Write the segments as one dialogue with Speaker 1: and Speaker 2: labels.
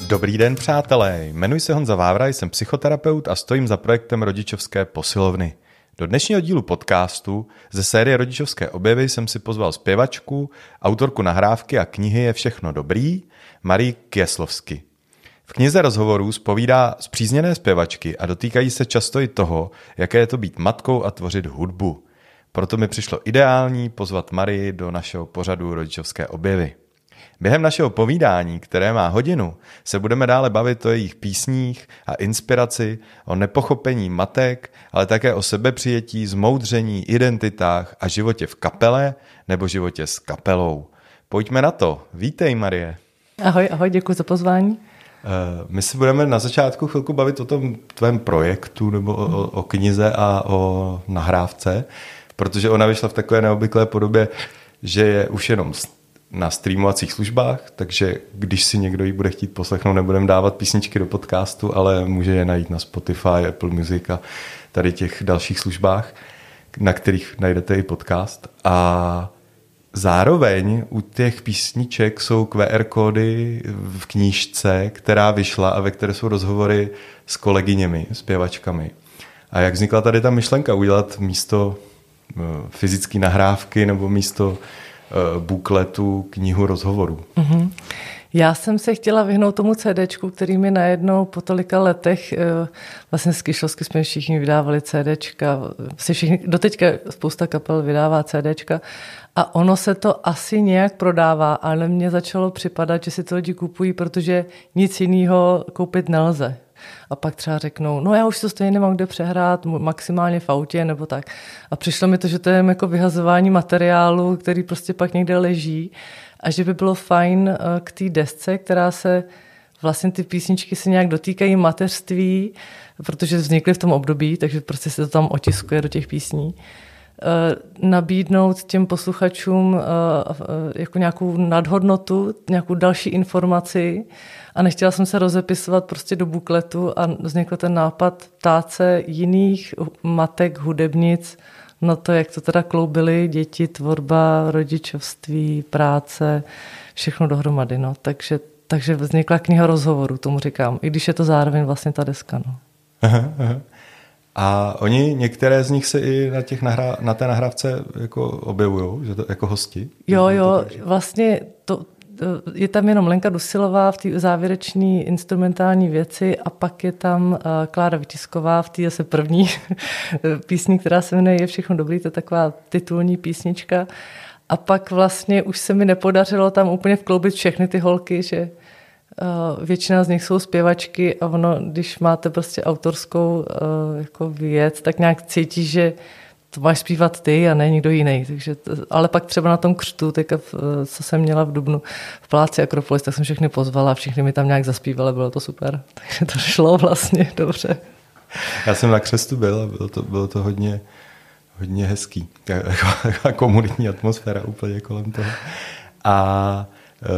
Speaker 1: Dobrý den, přátelé. Jmenuji se Honza Vávra, jsem psychoterapeut a stojím za projektem Rodičovské posilovny. Do dnešního dílu podcastu ze série Rodičovské objevy jsem si pozval zpěvačku, autorku nahrávky a knihy Je všechno dobrý, Marii Kjeslovsky. V knize rozhovorů zpovídá spřízněné zpěvačky a dotýkají se často i toho, jaké je to být matkou a tvořit hudbu. Proto mi přišlo ideální pozvat Marii do našeho pořadu Rodičovské objevy. Během našeho povídání, které má hodinu, se budeme dále bavit o jejich písních a inspiraci, o nepochopení matek, ale také o sebepřijetí, zmoudření, identitách a životě v kapele nebo životě s kapelou. Pojďme na to. Vítej, Marie.
Speaker 2: Ahoj, děkuji za pozvání.
Speaker 1: My si budeme na začátku chvilku bavit o tom tvém projektu nebo o knize a o nahrávce, protože ona vyšla v takové neobvyklé podobě, že je už jenom na streamovacích službách, takže když si někdo ji bude chtít poslechnout, nebudeme dávat písničky do podcastu, ale může je najít na Spotify, Apple Music a tady těch dalších službách, na kterých najdete i podcast. A zároveň u těch písniček jsou QR kódy v knížce, která vyšla a ve které jsou rozhovory s kolegyněmi, zpěvačkami. A jak vznikla tady ta myšlenka udělat místo fyzické nahrávky nebo místo bukletu, knihu rozhovorů?
Speaker 2: Mm-hmm. Já jsem se chtěla vyhnout tomu CDčku, který mi najednou po tolika letech, vlastně z Kjeslovsky jsme všichni vydávali CDčka, doteďka spousta kapel vydává CDčka a ono se to asi nějak prodává, ale mně začalo připadat, že si to lidi kupují, protože nic jiného koupit nelze. A pak třeba řeknou, no já už to stejně nemám kde přehrát, maximálně v autě nebo tak. A přišlo mi to, že to je jako vyhazování materiálu, který prostě pak někde leží a že by bylo fajn k té desce, která se vlastně ty písničky se nějak dotýkají mateřství, protože vznikly v tom období, takže prostě se to tam otiskuje do těch písní. Nabídnout těm posluchačům jako nějakou nadhodnotu, nějakou další informaci a nechtěla jsem se rozepisovat prostě do bukletu a vznikl ten nápad ptát se jiných matek, hudebnic na to, jak to teda kloubily děti, tvorba, rodičovství, práce, všechno dohromady. No. Takže vznikla kniha rozhovorů, tomu říkám, i když je to zároveň vlastně ta deska. No.
Speaker 1: Aha. A oni, některé z nich se i na té nahrávce jako objevují, že to jako hosti?
Speaker 2: Jo, vlastně je tam jenom Lenka Dusilová v té závěrečné instrumentální věci a pak je tam Klára Vytisková v té zase první písni, která se jmenuje Je všechno dobrý, to je taková titulní písnička. A pak vlastně už se mi nepodařilo tam úplně vkloubit všechny ty holky, že většina z nich jsou zpěvačky a ono, když máte prostě autorskou jako věc, tak nějak cítíš, že to máš zpívat ty a ne nikdo jiný. Takže ale pak třeba na tom křtu, co jsem měla v dubnu v Paláci Akropolis, tak jsem všechny pozvala a všichni mi tam nějak zaspívali, bylo to super. Takže to šlo vlastně dobře.
Speaker 1: Já jsem na křestu byl a bylo to hodně hezký. Komunitní atmosféra úplně kolem toho. A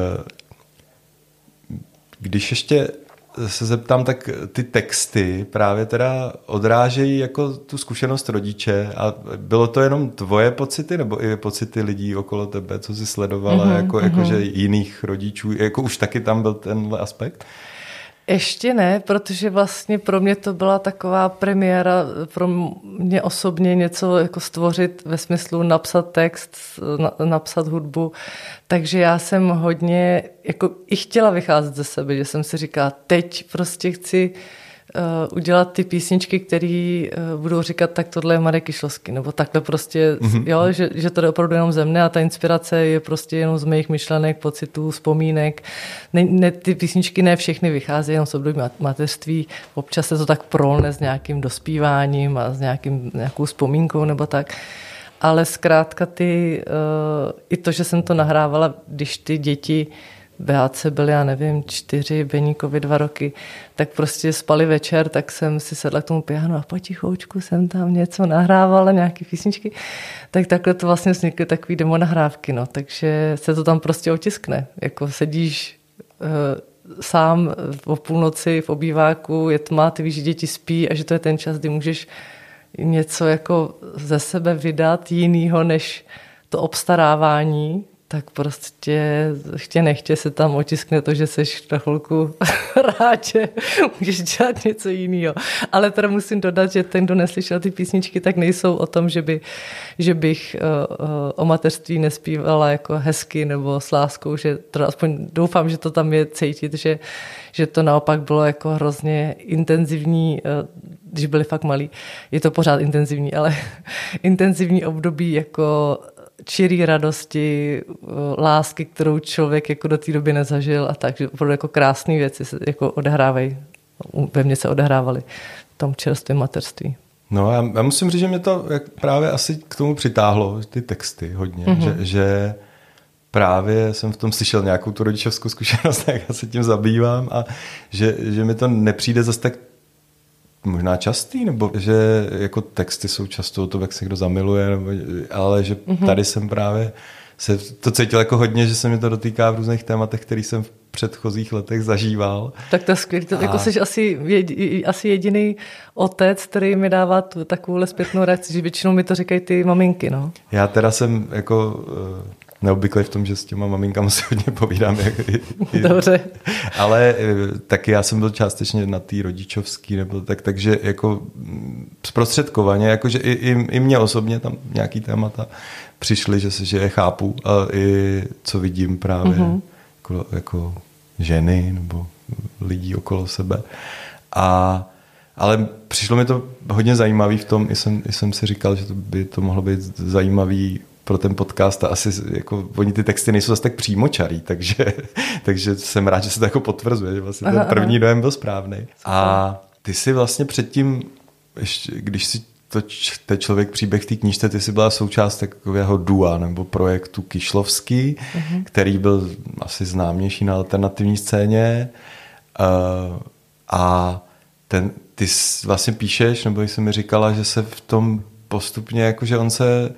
Speaker 1: když ještě se zeptám, tak ty texty právě teda odrážejí jako tu zkušenost rodiče a bylo to jenom tvoje pocity nebo i pocity lidí okolo tebe, co jsi sledovala jakože jiných rodičů, jako už taky tam byl tenhle aspekt?
Speaker 2: Ještě ne, protože vlastně pro mě to byla taková premiéra, pro mě osobně něco jako stvořit ve smyslu napsat text, napsat hudbu, takže já jsem hodně jako i chtěla vycházet ze sebe, že jsem si říkala, teď prostě chci udělat ty písničky, které budou říkat, tak tohle je Marie Kjeslovsky, nebo takhle prostě, jo, že to jde opravdu jenom ze mne a ta inspirace je prostě jenom z mých myšlenek, pocitů, vzpomínek. Ty písničky ne všechny vycházejí jenom z období mateřství, občas se to tak prolne s nějakým dospíváním a s nějakou vzpomínkou nebo tak. Ale zkrátka i to, že jsem to nahrávala, když ty děti Beátce byly, já nevím, 4, Beníkovi 2 roky, tak prostě spali večer, tak jsem si sedla k tomu pianu a potichoučku jsem tam něco nahrávala, nějaké písničky. Tak takhle to vlastně vznikly takový demo nahrávky, no. Takže se to tam prostě otiskne. Jako sedíš sám o půlnoci v obýváku, je tma, ty víš, že děti spí a že to je ten čas, kdy můžeš něco jako ze sebe vydat jinýho než to obstarávání tak prostě chtě nechtě se tam otiskne to, že seš na chvilku rád, že můžeš dělat něco jiného. Ale teda musím dodat, že ten, kdo neslyšel ty písničky, tak nejsou o tom, že bych o mateřství nespívala jako hezky nebo s láskou, že teda aspoň doufám, že to tam je cítit, že to naopak bylo jako hrozně intenzivní, když byli fakt malí. Je to pořád intenzivní, ale intenzivní období jako čirý radosti, lásky, kterou člověk jako do té doby nezažil a tak, že opravdu jako krásné věci se jako odehrávají, ve mně se odehrávaly v tom čerstvém mateřství.
Speaker 1: No já musím říct, že mě to právě asi k tomu přitáhlo, ty texty hodně, že právě jsem v tom slyšel nějakou tu rodičovskou zkušenost, tak já se tím zabývám a že mi to nepřijde zase tak možná častý, nebo že jako texty jsou často o tom, jak se kdo zamiluje, nebo, ale že tady jsem právě se to cítil jako hodně, že se mi to dotýká v různých tématech, který jsem v předchozích letech zažíval.
Speaker 2: Tak to je skvělé. Jako jsi asi jediný otec, který mi dává takovouhle zpětnou reakci, že většinou mi to říkají ty maminky, no.
Speaker 1: Já teda jsem jako neobvyklý v tom, že s těma maminkama si hodně povídám.
Speaker 2: Dobře.
Speaker 1: Ale taky já jsem byl částečně na té rodičovský, nebo takže jako zprostředkovaně, jakože i mě osobně tam nějaký témata přišly, že je chápu a i co vidím právě jako ženy nebo lidí okolo sebe. Ale přišlo mi to hodně zajímavý v tom, i jsem si říkal, že by to mohlo být zajímavý pro ten podcast a asi jako oni ty texty nejsou zase tak přímočarý, takže jsem rád, že se to jako potvrzuje, že vlastně ten první dojem byl správný. A ty si vlastně předtím, když si to čte člověk příběh v té knížce, ty jsi byla součást takového dua nebo projektu Kyšlovský, který byl asi známější na alternativní scéně a ty vlastně píšeš, nebo jsi mi říkala, že se v tom postupně, jakože on se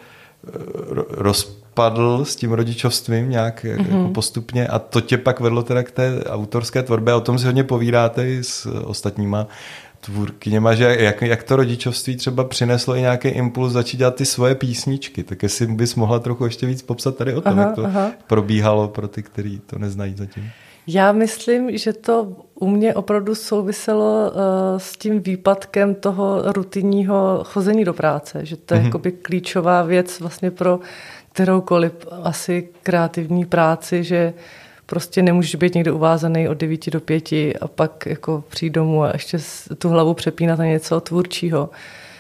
Speaker 1: rozpadl s tím rodičovstvím nějak jako postupně a to tě pak vedlo teda k té autorské tvorbě a o tom si hodně povídáte i s ostatníma tvůrkyněma, že jak to rodičovství třeba přineslo i nějaký impuls začít dělat ty svoje písničky, tak jestli bys mohla trochu ještě víc popsat tady o tom, jak to probíhalo pro ty, kteří to neznají zatím.
Speaker 2: Já myslím, že to u mě opravdu souviselo s tím výpadkem toho rutinního chození do práce, že to je jakoby klíčová věc vlastně pro kteroukoliv asi kreativní práci, že prostě nemůžeš být někde uvázaný od 9 do 5 a pak jako přijít domů a ještě tu hlavu přepínat na něco tvůrčího.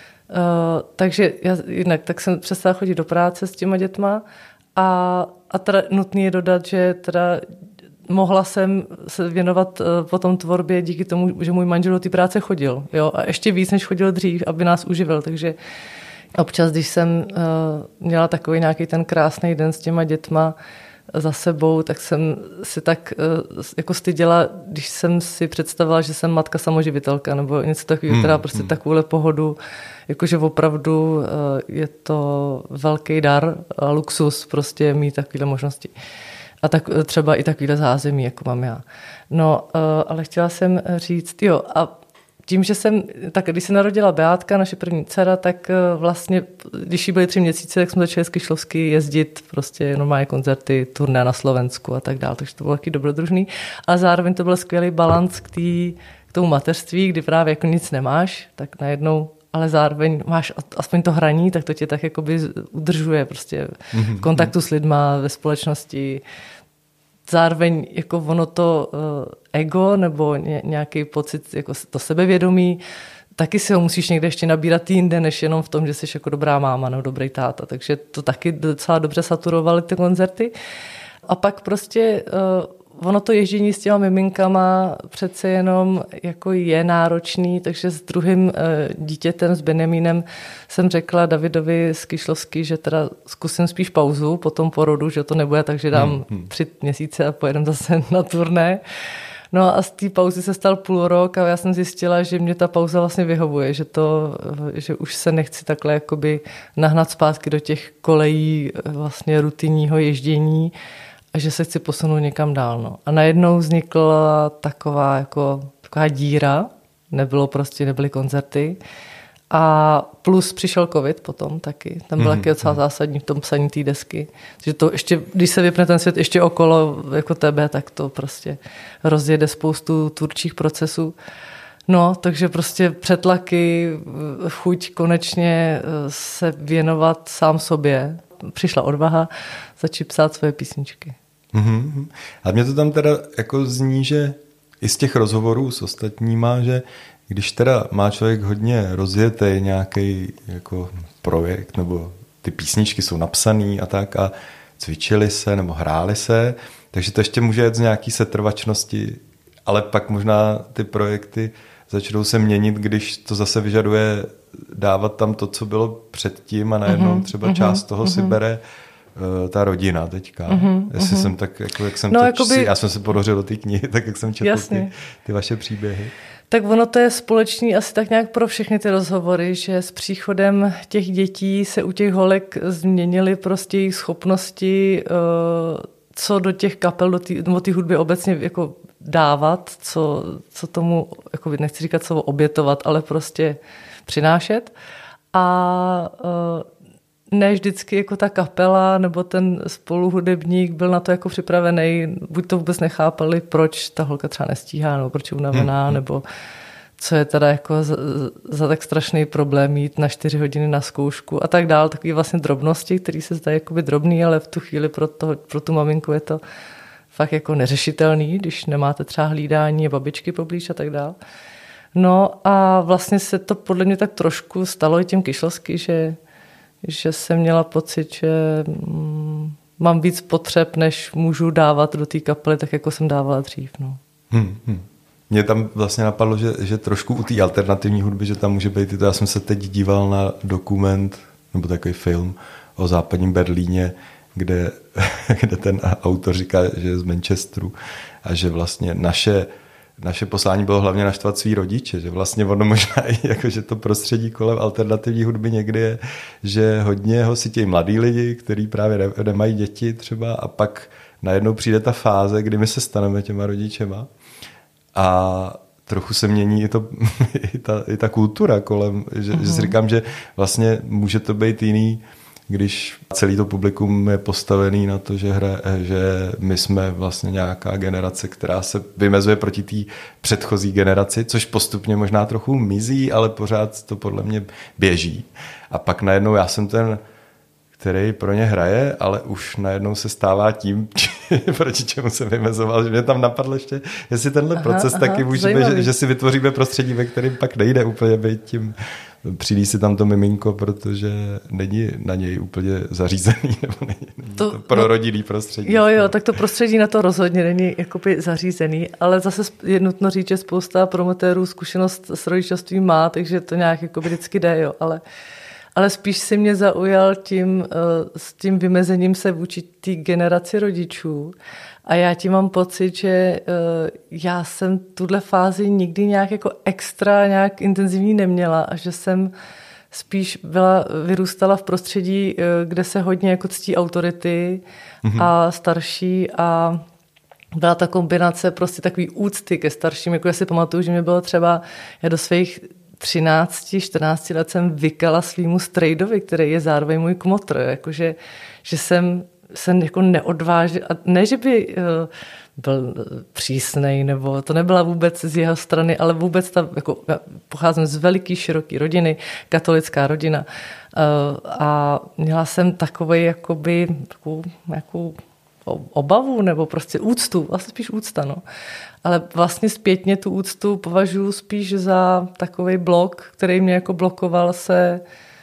Speaker 2: Takže tak jsem přestala chodit do práce s těma dětma a teda nutný je dodat, že teda mohla jsem se věnovat potom tvorbě díky tomu, že můj manžel do té práce chodil. Jo? A ještě víc, než chodil dřív, aby nás uživil. Takže občas, když jsem měla takový nějaký ten krásný den s těma dětma za sebou, tak jsem si tak jako styděla, když jsem si představila, že jsem matka samoživitelka nebo něco takového, teda prostě takovouhle pohodu, jakože opravdu je to velký dar a luxus prostě mít takovéhle možnosti. A tak třeba i takovýhle zázemí, jako mám já. No, ale chtěla jsem říct, a tím, že když se narodila Beátka, naše první dcera, tak vlastně, když jí byly 3 měsíce, tak jsme začali z Kyšlovsky jezdit prostě normálně koncerty, turné na Slovensku a tak dále, takže to bylo taky dobrodružný. A zároveň to byl skvělý balanc k tomu mateřství, kdy právě jako nic nemáš, tak najednou ale zároveň máš aspoň to hraní, tak to tě tak jakoby udržuje prostě v kontaktu s lidma, ve společnosti. Zároveň jako ono to ego nebo nějaký pocit, jako to sebevědomí, taky si ho musíš někde ještě nabírat jinde, než jenom v tom, že jsi jako dobrá máma nebo dobrý táta. Takže to taky docela dobře saturovaly ty koncerty. A pak prostě ono to ježdění s těma miminkama přece jenom jako je náročný, takže s druhým dítětem, s Benjamínem, jsem řekla Davidovi z Kyšlovsky, že teda zkusím spíš pauzu po tom porodu, že to nebude tak, že dám 3 měsíce a pojedem zase na turné. No a z té pauzy se stal půl rok a já jsem zjistila, že mě ta pauza vlastně vyhovuje, že už se nechci takhle jakoby nahnat zpátky do těch kolejí vlastně rutinního ježdění, a že se chci posunout někam dál. No. A najednou vznikla taková díra, nebyly koncerty A plus přišel covid potom taky. Tam byl taky docela zásadní v tom psaní té desky. Že to ještě, když se vypne ten svět ještě okolo jako tebe, tak to prostě rozjede spoustu tvůrčích procesů. No, takže prostě přetlaky, chuť konečně se věnovat sám sobě. Přišla odvaha začít psát svoje písničky.
Speaker 1: A mě to tam teda jako zní, že i z těch rozhovorů s ostatníma, že když teda má člověk hodně rozjetý nějaký jako projekt, nebo ty písničky jsou napsaný a tak a cvičili se nebo hráli se, takže to ještě může jet z nějaký setrvačnosti, ale pak možná ty projekty začnou se měnit, když to zase vyžaduje dávat tam to, co bylo předtím a najednou třeba část toho si bere ta rodina teďka. Jestli jsem tak, jako, jak jsem já jsem se ponořil do té knihy, tak jak jsem četl ty vaše příběhy.
Speaker 2: Tak ono to je společný asi tak nějak pro všechny ty rozhovory, že s příchodem těch dětí se u těch holek změnily prostě jejich schopnosti, co do těch kapel, do té hudby obecně jako dávat, co tomu, jako nechci říkat slovo obětovat, ale prostě přinášet. A ne vždycky jako ta kapela nebo ten spoluhudebník byl na to jako připravený, buď to vůbec nechápali, proč ta holka třeba nestíhá, nebo proč je unavená, nebo co je teda jako za tak strašný problém jít na 4 hodiny na zkoušku a tak dál. Takové vlastně drobnosti, které se zdají jakoby drobný, ale v tu chvíli pro tu maminku je to fakt jako neřešitelný, když nemáte třeba hlídání babičky poblíž a tak dál. No a vlastně se to podle mě tak trošku stalo i těm Kyšlovsky, že jsem měla pocit, že mám víc potřeb, než můžu dávat do té kapely, tak jako jsem dávala dřív. No.
Speaker 1: Mně tam vlastně napadlo, že trošku u té alternativní hudby, že tam může být i to. Já jsem se teď díval na dokument, nebo takový film o západním Berlíně, kde ten autor říká, že je z Manchesteru a že vlastně naše poslání bylo hlavně naštvat svý rodiče, že vlastně ono možná i jako, že to prostředí kolem alternativní hudby někdy je, že hodně ho sytějí mladí lidi, kteří právě nemají děti třeba a pak najednou přijde ta fáze, kdy my se staneme těma rodičema a trochu se mění i ta kultura kolem, že si říkám, že vlastně může to být jiný, když celý to publikum je postavený na to, že my jsme vlastně nějaká generace, která se vymezuje proti té předchozí generaci, což postupně možná trochu mizí, ale pořád to podle mě běží. A pak najednou já jsem ten, který pro ně hraje, ale už najednou se stává tím, proti čemu se vymezoval, že mě tam napadlo ještě, jestli tenhle proces taky může být, že si vytvoříme prostředí, ve kterém pak nejde úplně být tím, přijde si tam to miminko, protože není na něj úplně zařízený, nebo není to prorodilý prostředí.
Speaker 2: Jo, tak to prostředí na to rozhodně není jakoby zařízený, ale zase je nutno říct, že spousta promotérů zkušenost s rodičovstvím má, takže to nějak jakoby vždycky jde, jo, ale spíš si mě zaujal s tím vymezením se vůči té generaci rodičů. A já tím mám pocit, že já jsem tuhle fázi nikdy nějak jako extra, nějak intenzivní neměla a že jsem spíš vyrůstala v prostředí, kde se hodně jako ctí autority a starší a byla ta kombinace prostě takový úcty ke starším. Jako já si pamatuju, že mě bylo třeba, já do svých 13-14 let jsem vykala svýmu strejdovi, který je zároveň můj kmotr. Jakože, že jsem jako neodvážil, a ne, že by byl přísnej, nebo to nebyla vůbec z jeho strany, ale vůbec jako, já pocházím z veliký, široký rodiny, katolická rodina a měla jsem takovej jakoby takovou obavu nebo prostě úctu, vlastně spíš úcta, no. Ale vlastně zpětně tu úctu považuji spíš za takovej blok, který mě jako blokoval se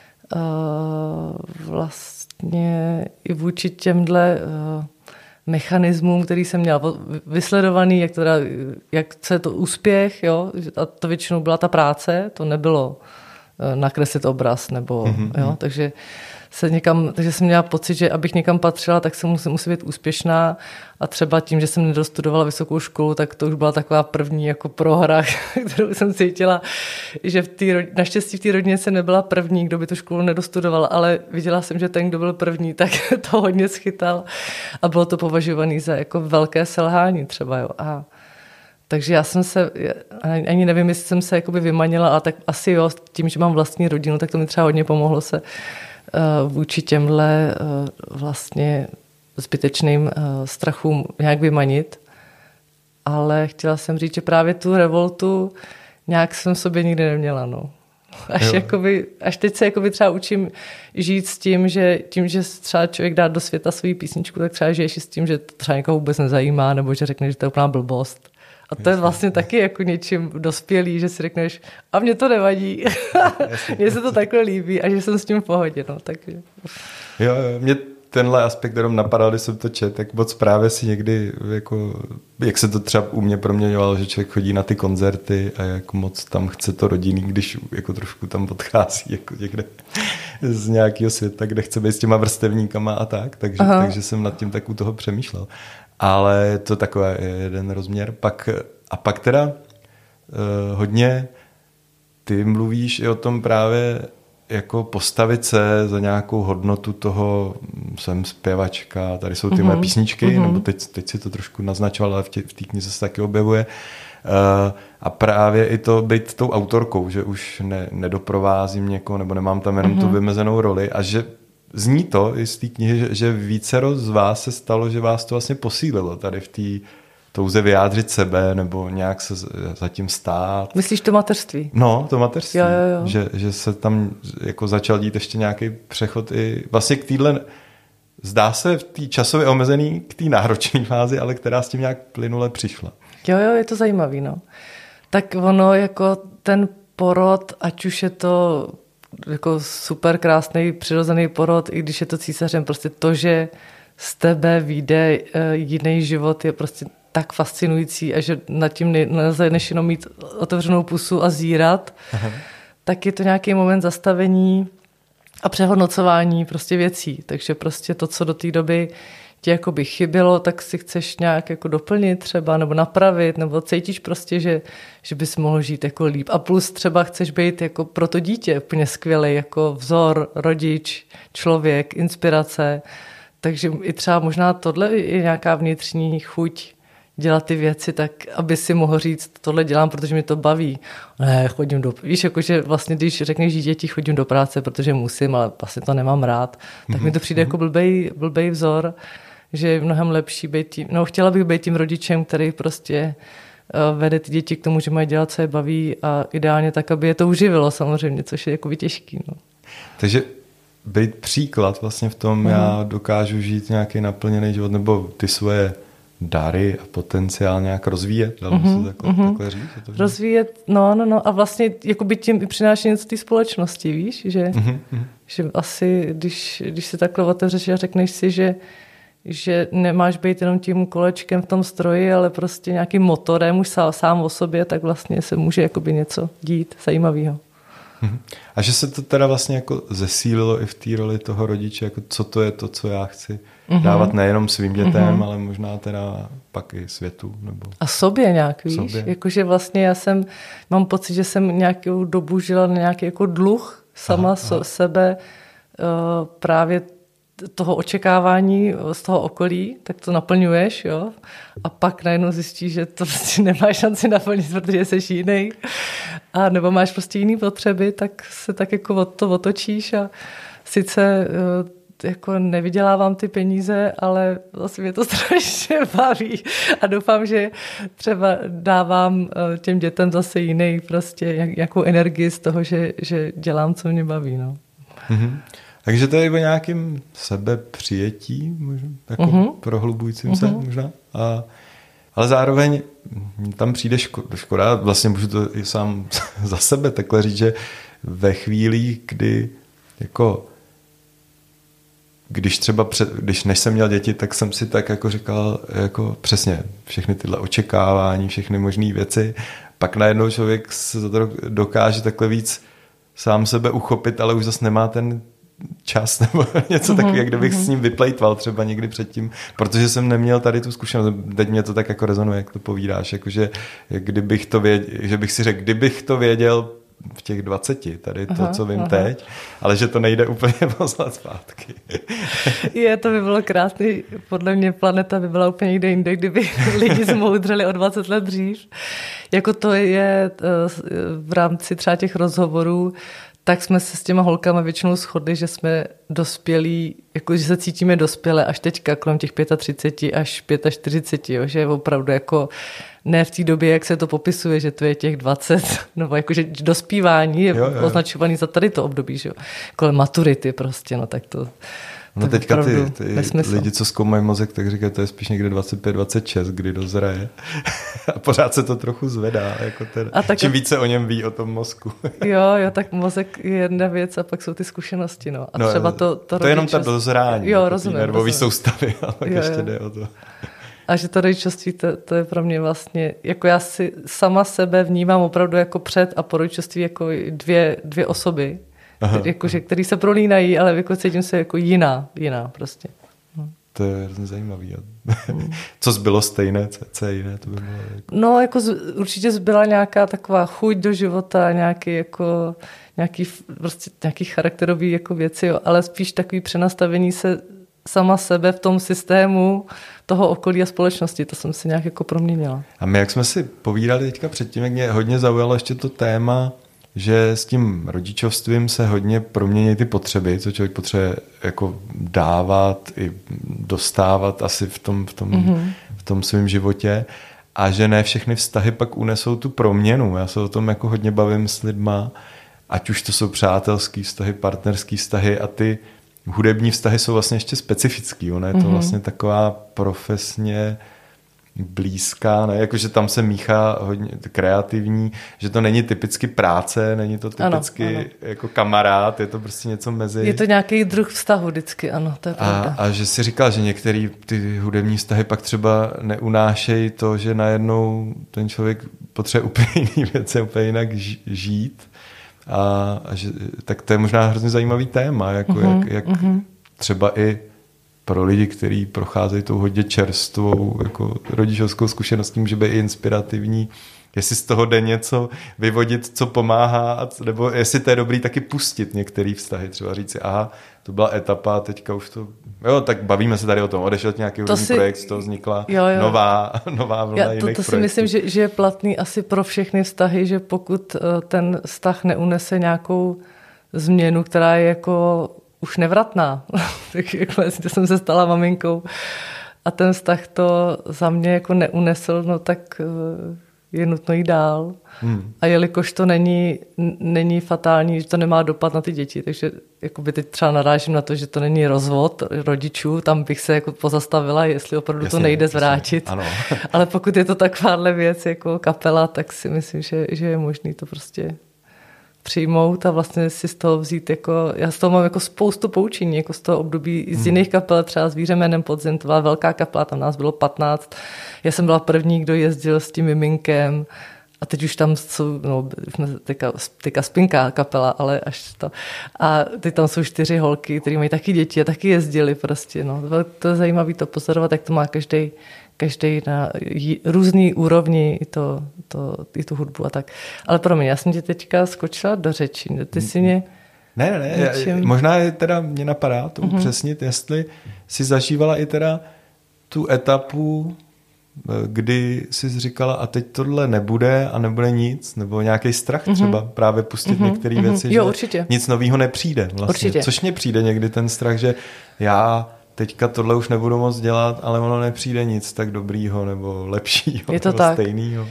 Speaker 2: vlastně i vůči těmhle mechanismům, který jsem měla vysledovaný, co je to úspěch, jo? A to většinou byla ta práce, to nebylo nakreslit obraz, nebo jo, takže jsem měla pocit, že abych někam patřila, tak se musí být úspěšná a třeba tím, že jsem nedostudovala vysokou školu, tak to už byla taková první jako prohra, kterou jsem cítila, že naštěstí v té rodině jsem nebyla první, kdo by tu školu nedostudoval, ale viděla jsem, že ten, kdo byl první, tak to hodně schytal a bylo to považované za jako velké selhání třeba, jo. A Takže já jsem se, ani nevím, jestli jsem se jakoby vymanila, ale tak asi jo, tím, že mám vlastní rodinu, tak to mi třeba hodně pomohlo se vůči těmhle vlastně zbytečným strachům nějak vymanit. Ale chtěla jsem říct, že právě tu revoltu nějak jsem v sobě nikdy neměla. No. Až teď se jakoby třeba učím žít s tím, že třeba člověk dá do světa svou písničku, tak třeba žiješ s tím, že to třeba někoho vůbec nezajímá, nebo že řekne, že to je úplná blbost. A to je vlastně taky jako něčím dospělý, že si řekneš, a mě to nevadí. Mně se to takhle líbí a že jsem s tím v pohodě. No, takže.
Speaker 1: Jo, mě tenhle aspekt jenom napadal, když jsem to četl, tak moc právě si někdy, jako, jak se to třeba u mě proměňovalo, že člověk chodí na ty koncerty a jak moc tam chce to rodinný, když jako trošku tam odchází jako někde z nějakého světa, kde chce být s těma vrstevníkama a tak, takže jsem nad tím tak u toho přemýšlel. Ale to takové jeden rozměr. Pak teda hodně ty mluvíš i o tom právě jako postavit se za nějakou hodnotu toho, jsem zpěvačka, tady jsou ty moje písničky, nebo teď si to trošku naznačoval, ale v té knize se taky objevuje. A právě i to být tou autorkou, že už nedoprovázím někoho, nebo nemám tam jenom tu vymezenou roli a že zní to i z té knihy, že vícero z vás se stalo, že vás to vlastně posílilo tady v té touze vyjádřit sebe nebo nějak se zatím stát.
Speaker 2: Myslíš to mateřství?
Speaker 1: No, to mateřství.
Speaker 2: Jo.
Speaker 1: Že se tam jako začal dít ještě nějaký přechod i vlastně k téhle, zdá se v té časově omezený, k té náročné fázi, ale která s tím nějak plynule přišla.
Speaker 2: Jo, je to zajímavý, no. Tak ono jako ten porod, ať už je to jako super krásný přirozený porod, i když je to císařem, prostě to, že z tebe vyjde jiný život, je prostě tak fascinující a že nad tím nelze než jenom mít otevřenou pusu a zírat, tak je to nějaký moment zastavení a přehodnocování prostě věcí. Takže prostě to, co do té doby ti jakoby chybělo, tak si chceš nějak jako doplnit třeba, nebo napravit, nebo cítíš prostě, že bys mohl žít jako líp. A plus třeba chceš být jako pro to dítě úplně skvělý, jako vzor, rodič, člověk, inspirace. Takže i třeba možná tohle je nějaká vnitřní chuť dělat ty věci tak, aby si mohl říct, tohle dělám, protože mi to baví. Ne, víš, jakože vlastně, když řekneš dítěti, chodím do práce, protože musím, ale vlastně to nemám rád, tak mi to přijde jako blbej vzor, že je mnohem lepší být tím, chtěla bych být tím rodičem, který prostě vede ty děti k tomu, že mají dělat, co je baví a ideálně tak, aby je to uživilo samozřejmě, což je jako těžký. No.
Speaker 1: Takže být příklad vlastně v tom, já dokážu žít nějaký naplněný život, nebo ty svoje dary a potenciál nějak rozvíjet, dalo by se takhle říct?
Speaker 2: Rozvíjet, no a vlastně jakoby tím i přináší něco té společnosti, víš, že asi, když si takhle otevřeš a řekneš si, že nemáš být jenom tím kolečkem v tom stroji, ale prostě nějakým motorem už sám o sobě, tak vlastně se může jakoby něco dít zajímavého.
Speaker 1: A že se to teda vlastně jako zesílilo i v té roli toho rodiče, jako co to je to, co já chci dávat nejenom svým dětem, ale možná teda pak i světu. Nebo
Speaker 2: a sobě nějak, víš? Jakože vlastně mám pocit, že jsem nějakou dobu žila na nějaký jako dluh sama sebe právě toho očekávání z toho okolí, tak to naplňuješ, jo? A pak najednou zjistíš, že to prostě nemáš šanci naplnit, protože jsi jiný. A nebo máš prostě jiný potřeby, tak se tak jako to otočíš a sice jako nevydělávám ty peníze, ale vlastně mě to strašně baví a doufám, že třeba dávám těm dětem zase jiný prostě nějakou energii z toho, že dělám, co mě baví, no.
Speaker 1: Takže to je o nějakým sebepřijetí, možná, jako prohlubujícím se možná. Ale zároveň tam přijde škoda, vlastně můžu to i sám za sebe takhle říct, že ve chvíli, kdy jako když než jsem měl děti, tak jsem si tak jako říkal, jako přesně všechny tyhle očekávání, všechny možné věci, pak najednou člověk se za to dokáže takhle víc sám sebe uchopit, ale už zase nemá ten čas nebo něco takového, jak kdybych s ním vyplejtval třeba někdy předtím, protože jsem neměl tady tu zkušenost. Teď mě to tak jako rezonuje, jak to povídáš, jakože kdybych to věděl, že bych si řekl, kdybych to věděl v těch 20, tady to, co vím teď, ale že to nejde úplně poslat zpátky.
Speaker 2: To by bylo krásný. Podle mě planeta by byla úplně někde jinde, kdyby lidi zmoudřeli o 20 let dřív. Jako to je v rámci třeba těch rozhovorů, tak jsme se s těma holkama většinou shodli, že jsme dospělí, jako že se cítíme dospělé až teďka, kolem těch 35 až 45, jo, že je opravdu jako ne v té době, jak se to popisuje, že to je těch 20, nebo jako, že dospívání je označovaný za tady to období, že jo, kolem maturity prostě, no tak to...
Speaker 1: No teďka ty lidi, co zkoumají mozek, tak říkají, to je spíš někde 25-26, kdy dozraje. A pořád se to trochu zvedá. Jako čím více o něm ví, o tom mozku.
Speaker 2: Jo, tak mozek je jedna věc a pak jsou ty zkušenosti. No. A třeba to
Speaker 1: je jenom ta dozrání.
Speaker 2: Jo, rozumím.
Speaker 1: Nervový soustavy, ale pak ještě jde o to.
Speaker 2: A že to rodičovství, to je pro mě vlastně, jako já si sama sebe vnímám opravdu jako před a po rodičovství jako dvě osoby. Jakože, který se prolínají, ale jako cítím se jako jiná prostě.
Speaker 1: To je hrozně zajímavý. Co zbylo stejné, co je jiné? To by bylo jako...
Speaker 2: No, jako určitě zbyla nějaká taková chuť do života, nějaký charakterový jako věci, jo, ale spíš takový přenastavení se sama sebe v tom systému toho okolí a společnosti. To jsem si nějak jako proměnila.
Speaker 1: A my, jak jsme si povídali teďka předtím, jak mě hodně zaujalo ještě to téma, že s tím rodičovstvím se hodně promění ty potřeby, co člověk potřebuje jako dávat i dostávat asi v tom svém životě a že ne všechny vztahy pak unesou tu proměnu. Já se o tom jako hodně bavím s lidma, ať už to jsou přátelský vztahy, partnerský vztahy a ty hudební vztahy jsou vlastně ještě specifický. Ona je to vlastně taková profesně blízká, ne? Jakože tam se míchá hodně kreativní, že to není typicky práce, není to typicky ano. Jako kamarád, je to prostě něco mezi...
Speaker 2: Je to nějaký druh vztahu vždycky, ano, to je pravda.
Speaker 1: A že si říkal, že některý ty hudební vztahy pak třeba neunášejí to, že najednou ten člověk potřebuje úplně jiný věci, úplně jinak žít. A že, tak to je možná hrozně zajímavý téma, jako jak třeba i pro lidi, kteří procházejí tou hodně čerstvou jako rodičovskou zkušeností, může být i inspirativní, jestli z toho jde něco vyvodit, co pomáhá, nebo jestli to je dobrý taky pustit některé vztahy, třeba říct si, aha, to byla etapa, teďka už to, jo, tak bavíme se tady o tom, odešel nějaký hudební projekt, z toho vznikla nová vlna jiných projektů.
Speaker 2: To si myslím, že je platný asi pro všechny vztahy, že pokud ten vztah neunese nějakou změnu, která je jako už nevratná. Tak jako jestli jsem se stala maminkou a ten vztah to za mě jako neunesl, no tak je nutno jít dál. A jelikož to není fatální, že to nemá dopad na ty děti, takže jakoby teď třeba narážím na to, že to není rozvod rodičů, tam bych se jako pozastavila, jestli opravdu to nejde zvrátit.
Speaker 1: Ano.
Speaker 2: Ale pokud je to takováhle věc jako kapela, tak si myslím, že je možný to prostě přijmout a vlastně si z toho vzít jako, já z toho mám jako spoustu poučení, jako z toho období z jiných kapel, třeba Zvíře jménem Podzim, to byla velká kapela, tam nás bylo 15, já jsem byla první, kdo jezdil s tím miminkem a teď už tam jsou, no, teďka spinká kapela, ale až to, a teď tam jsou 4 holky, které mají taky děti a taky jezdili prostě, no, to je zajímavé to pozorovat, jak to má každý na různý úrovni i tu hudbu a tak. Ale promiň, já jsem tě teďka skočila do řeči. Ty si mě...
Speaker 1: Ne, možná je teda mě napadá to upřesnit, jestli si zažívala i teda tu etapu, kdy jsi říkala a teď tohle nebude a nebude nic, nebo nějaký strach třeba právě pustit některé věci,
Speaker 2: jo,
Speaker 1: že
Speaker 2: určitě.
Speaker 1: Nic nového nepřijde vlastně.
Speaker 2: Určitě.
Speaker 1: Což mně přijde někdy ten strach, že já teďka tohle už nebudu moc dělat, ale ono nepřijde nic tak dobrýho nebo lepšího
Speaker 2: je to
Speaker 1: nebo
Speaker 2: tak.
Speaker 1: stejnýho.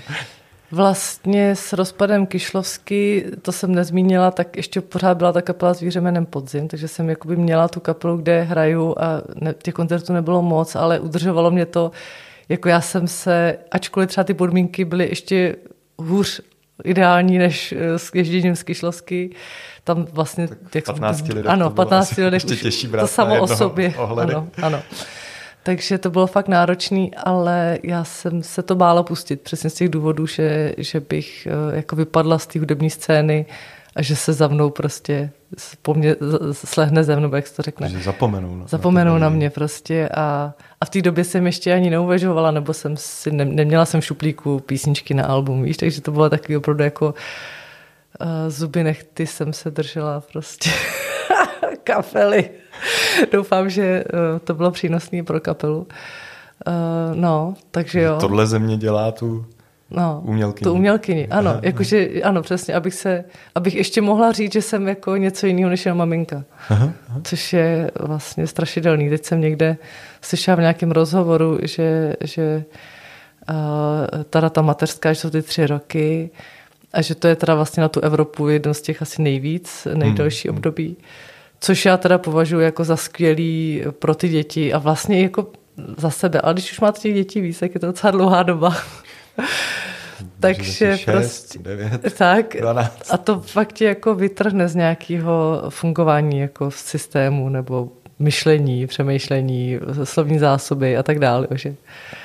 Speaker 2: Vlastně s rozpadem Kyšlovsky, to jsem nezmínila, tak ještě pořád byla ta kapela Zvíře jménem Podzim, takže jsem jakoby měla tu kapelu, kde hraju a těch koncertů nebylo moc, ale udržovalo mě to, jako já jsem se, ačkoliv třeba ty podmínky byly ještě hůř ideální než s ježděním z Kyšlovsky, tam vlastně...
Speaker 1: Tak 15 lidech
Speaker 2: ano, 15 lidech
Speaker 1: ještě těžší
Speaker 2: to samo o sobě.
Speaker 1: Ohledy.
Speaker 2: Ano. Takže to bylo fakt náročný, ale já jsem se to bála pustit přesně z těch důvodů, že bych jako vypadla z té hudební scény a že se za mnou prostě po mně slehne ze mnou, jak se to řekne.
Speaker 1: Že
Speaker 2: zapomenou na mě prostě a v té době jsem ještě ani neuvažovala, nebo jsem si neměla jsem v šuplíku písničky na album, víš, takže to bylo takový opravdu jako zuby nechty jsem se držela prostě kapely. Doufám, že to bylo přínosné pro kapelu. No, takže jo.
Speaker 1: Tohle země dělá tu umělkyni.
Speaker 2: Tu umělkyni, ano. Jakože, ano, přesně, abych ještě mohla říct, že jsem jako něco jiného než jenom maminka. Aha. Což je vlastně strašidelný. Teď jsem někde slyšela v nějakém rozhovoru, že teda ta mateřská, že jsou ty 3 roky a že to je teda vlastně na tu Evropu jedno z těch asi nejdelší období. Což já teda považuji jako za skvělý pro ty děti a vlastně jako za sebe. Ale když už máte těch dětí víc, tak je to docela dlouhá doba. Takže
Speaker 1: 6,
Speaker 2: prostě
Speaker 1: 9,
Speaker 2: tak
Speaker 1: 12.
Speaker 2: A to fakt tě jako vytrhne z nějakého fungování jako v systému nebo myšlení, přemýšlení, slovní zásoby a tak dále. Že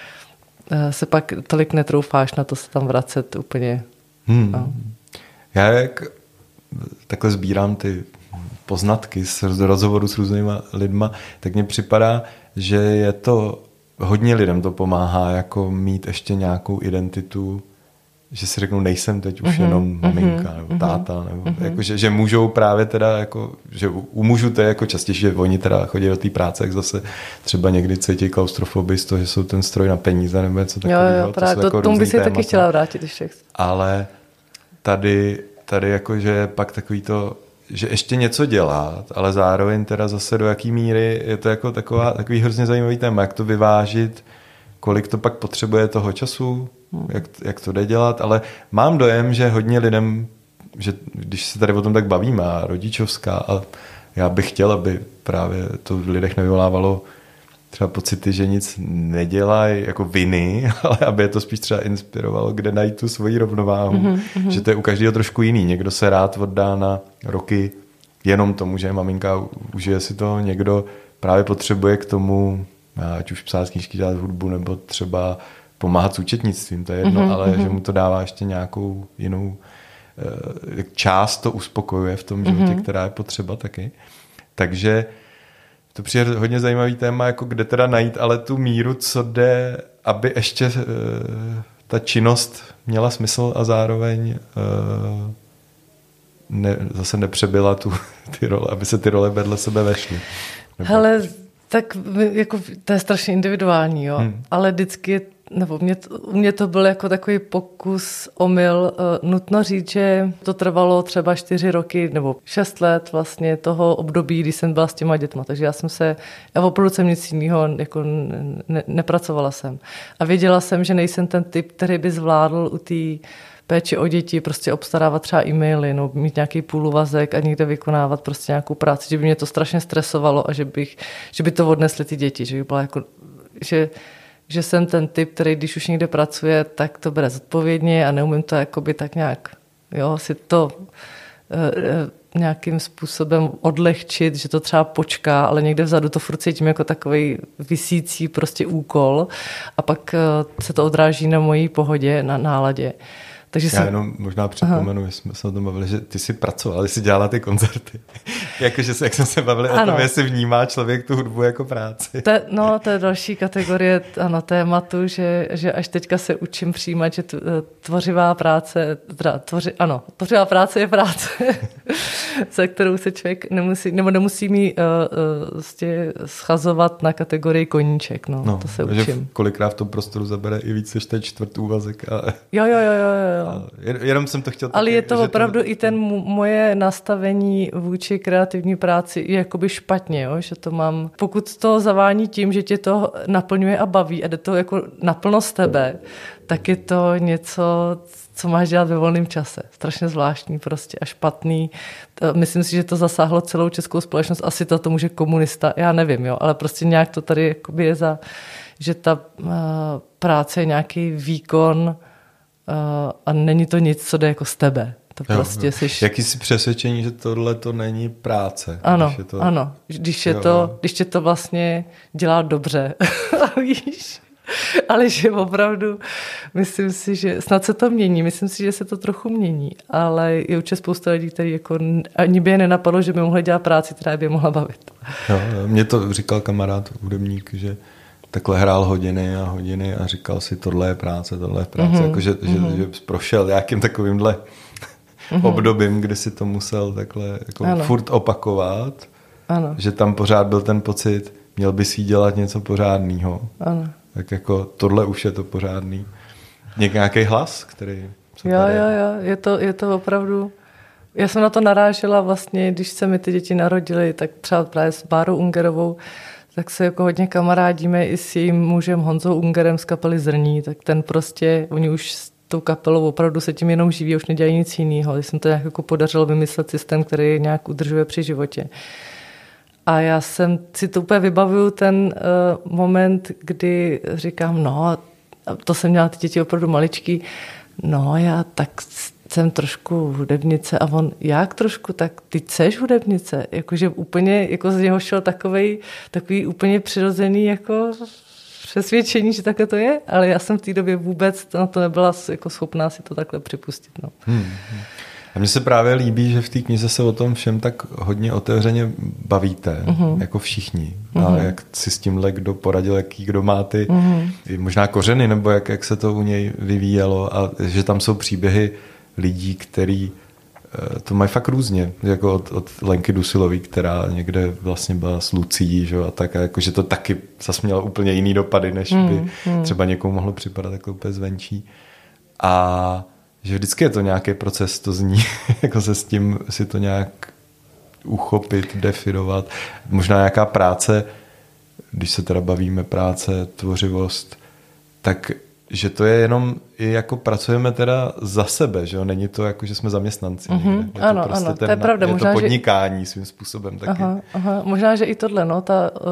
Speaker 2: se pak tolik netroufáš na to se tam vracet úplně. No.
Speaker 1: Já jak takhle sbírám ty poznatky z rozhovoru s různýma lidma, tak mně připadá, že je to hodně lidem to pomáhá jako mít ještě nějakou identitu, že si řeknou, nejsem teď už jenom maminka nebo táta, nebo jako, že můžou právě teda jako, že u mužů to je jako častěji, že oni teda chodí do té práce, jak zase třeba někdy cítí klaustrofobii z toho, že jsou ten stroj na peníze nebo něco takového.
Speaker 2: Jo, právě, to tomu by si taky chtěla vrátit ještě.
Speaker 1: Ale tady jako, že je pak takový to, že ještě něco dělat, ale zároveň teda zase do jaký míry je to jako takový hrozně zajímavý téma, jak to vyvážit, kolik to pak potřebuje toho času, jak to jde dělat, ale mám dojem, že hodně lidem, že když se tady o tom tak bavíme a rodičovská, a já bych chtěl, aby právě to v lidech nevyvolávalo třeba pocity, že nic nedělají jako viny, ale aby je to spíš třeba inspirovalo, kde najít tu svoji rovnováhu, že to je u každého trošku jiný. Někdo se rád oddá na roky jenom tomu, že maminka užije si to, někdo právě potřebuje k tomu, ať už psát knížky, dělat hudbu, nebo třeba pomáhat s účetnictvím, to je jedno, ale že mu to dává ještě nějakou jinou část, to uspokojuje v tom životě, která je potřeba taky. Takže to přijde hodně zajímavý téma, jako kde teda najít, ale tu míru, co jde, aby ještě ta činnost měla smysl a zároveň zase nepřebyla ty role, aby se ty role vedle sebe vešly.
Speaker 2: Hele, tak jako, to je strašně individuální, jo. Ale vždycky, nebo u mě to byl jako takový pokus, omyl. Nutno říct, že to trvalo třeba 4 roky nebo 6 let vlastně toho období, kdy jsem byla s těma dětma. Takže já opravdu jsem nic jiného, jako nepracovala jsem. A věděla jsem, že nejsem ten typ, který by zvládl u té péči o děti, prostě obstarávat třeba e-maily, no, mít nějaký půluvazek a někde vykonávat prostě nějakou práci, že by mě to strašně stresovalo a že by to odnesly ty děti, že by byla jako, že jsem ten typ, který když už někde pracuje, tak to bere zodpovědně a neumím to jakoby tak nějak, jo, si to nějakým způsobem odlehčit, že to třeba počká, ale někde vzadu to furt cítím jako takovej visící prostě úkol a pak se to odráží na mojí pohodě, na náladě. Takže
Speaker 1: já jenom možná připomenu, že jsme se o tom bavili, že ty jsi pracovala, ty jsi dělala ty koncerty. Jakože jak jsme se bavili o tom, jestli vnímá člověk tu hudbu jako práci.
Speaker 2: To je další kategorie tématu, že až teďka se učím přijímat, že tvořivá práce, tvořivá práce je práce, se kterou se člověk nemusí mi schazovat na kategorii koníček. To se učím.
Speaker 1: Kolikrát v tom prostoru zabere i víc než ten čtvrt úvazek.
Speaker 2: Jo.
Speaker 1: Jenom jsem to chtěl taky,
Speaker 2: ale je to opravdu i ten moje nastavení vůči kreativní práci je jakoby špatně, jo? Že to mám, pokud to zavání tím, že tě to naplňuje a baví a jde to jako naplno z tebe, tak je to něco, co máš dělat ve volném čase. Strašně zvláštní prostě a špatný. Myslím si, že to zasáhlo celou českou společnost. Asi to může komunista, já nevím, jo, ale prostě nějak to tady jakoby je že ta práce je nějaký výkon a není to nic, co jde jako z tebe. To prostě
Speaker 1: Jaký jsi přesvědčení, že tohle to není práce?
Speaker 2: Ano, když tě to vlastně dělá dobře. Víš? Ale že opravdu, myslím si, že snad se to mění, myslím si, že se to trochu mění, ale je určitě spousta lidí, kteří jako ani by je nenapadlo, že by mohli dělat práci, která by je mohla bavit.
Speaker 1: Jo, mě to říkal kamarád, hudebník, že takhle hrál hodiny a hodiny a říkal si, tohle je práce, jako že prošel nějakým takovýmhle obdobím, kdy si to musel takhle jako furt opakovat,
Speaker 2: ano.
Speaker 1: Že tam pořád byl ten pocit, měl bys jí dělat něco pořádného. Tak jako tohle už je to pořádný. Nějaký hlas, který...
Speaker 2: Jo, je to opravdu... Já jsem na to narážela vlastně, když se mi ty děti narodily, tak třeba právě s Bárou Ungerovou, tak se jako hodně kamarádíme i s jejím mužem Honzou Ungerem z kapely Zrní, tak ten prostě, oni už s tou kapelou opravdu se tím jenom živí, už nedělají nic jiného. Když jsem to nějak jako podařilo vymyslet systém, který nějak udržuje při životě. A já jsem si to úplně vybavuju ten moment, kdy říkám, no, to jsem měla ty děti opravdu maličký, no já tak jsem trošku hudebnice a on, jak trošku, tak ty seš hudebnice, jakože úplně, jako z něho šel takový úplně přirozený jako přesvědčení, že takhle to je, ale já jsem v té době vůbec na to nebyla jako schopná si to takhle připustit. No.
Speaker 1: A mně se právě líbí, že v té knize se o tom všem tak hodně otevřeně bavíte, jako všichni. A jak si s tímhle kdo poradil, jaký kdo má ty možná kořeny, nebo jak se to u něj vyvíjelo a že tam jsou příběhy lidí, který to mají fakt různě, jako od Lenky Dusilový, která někde vlastně byla s Lucí, že? A tak, a jako, že to taky zase mělo úplně jiný dopady, než by třeba někomu mohlo připadat jako úplně zvenčí. A že vždycky je to nějaký proces, to zní, jako se s tím si to nějak uchopit, definovat. Možná nějaká práce, když se teda bavíme práce, tvořivost, tak že to je jenom i jako pracujeme teda za sebe, že jo? Není to jako, že jsme zaměstnanci. Je
Speaker 2: ano,
Speaker 1: to prostě
Speaker 2: ano, to je pravda.
Speaker 1: Je
Speaker 2: možná,
Speaker 1: to podnikání svým způsobem taky.
Speaker 2: Aha. Možná, že i tohle, no,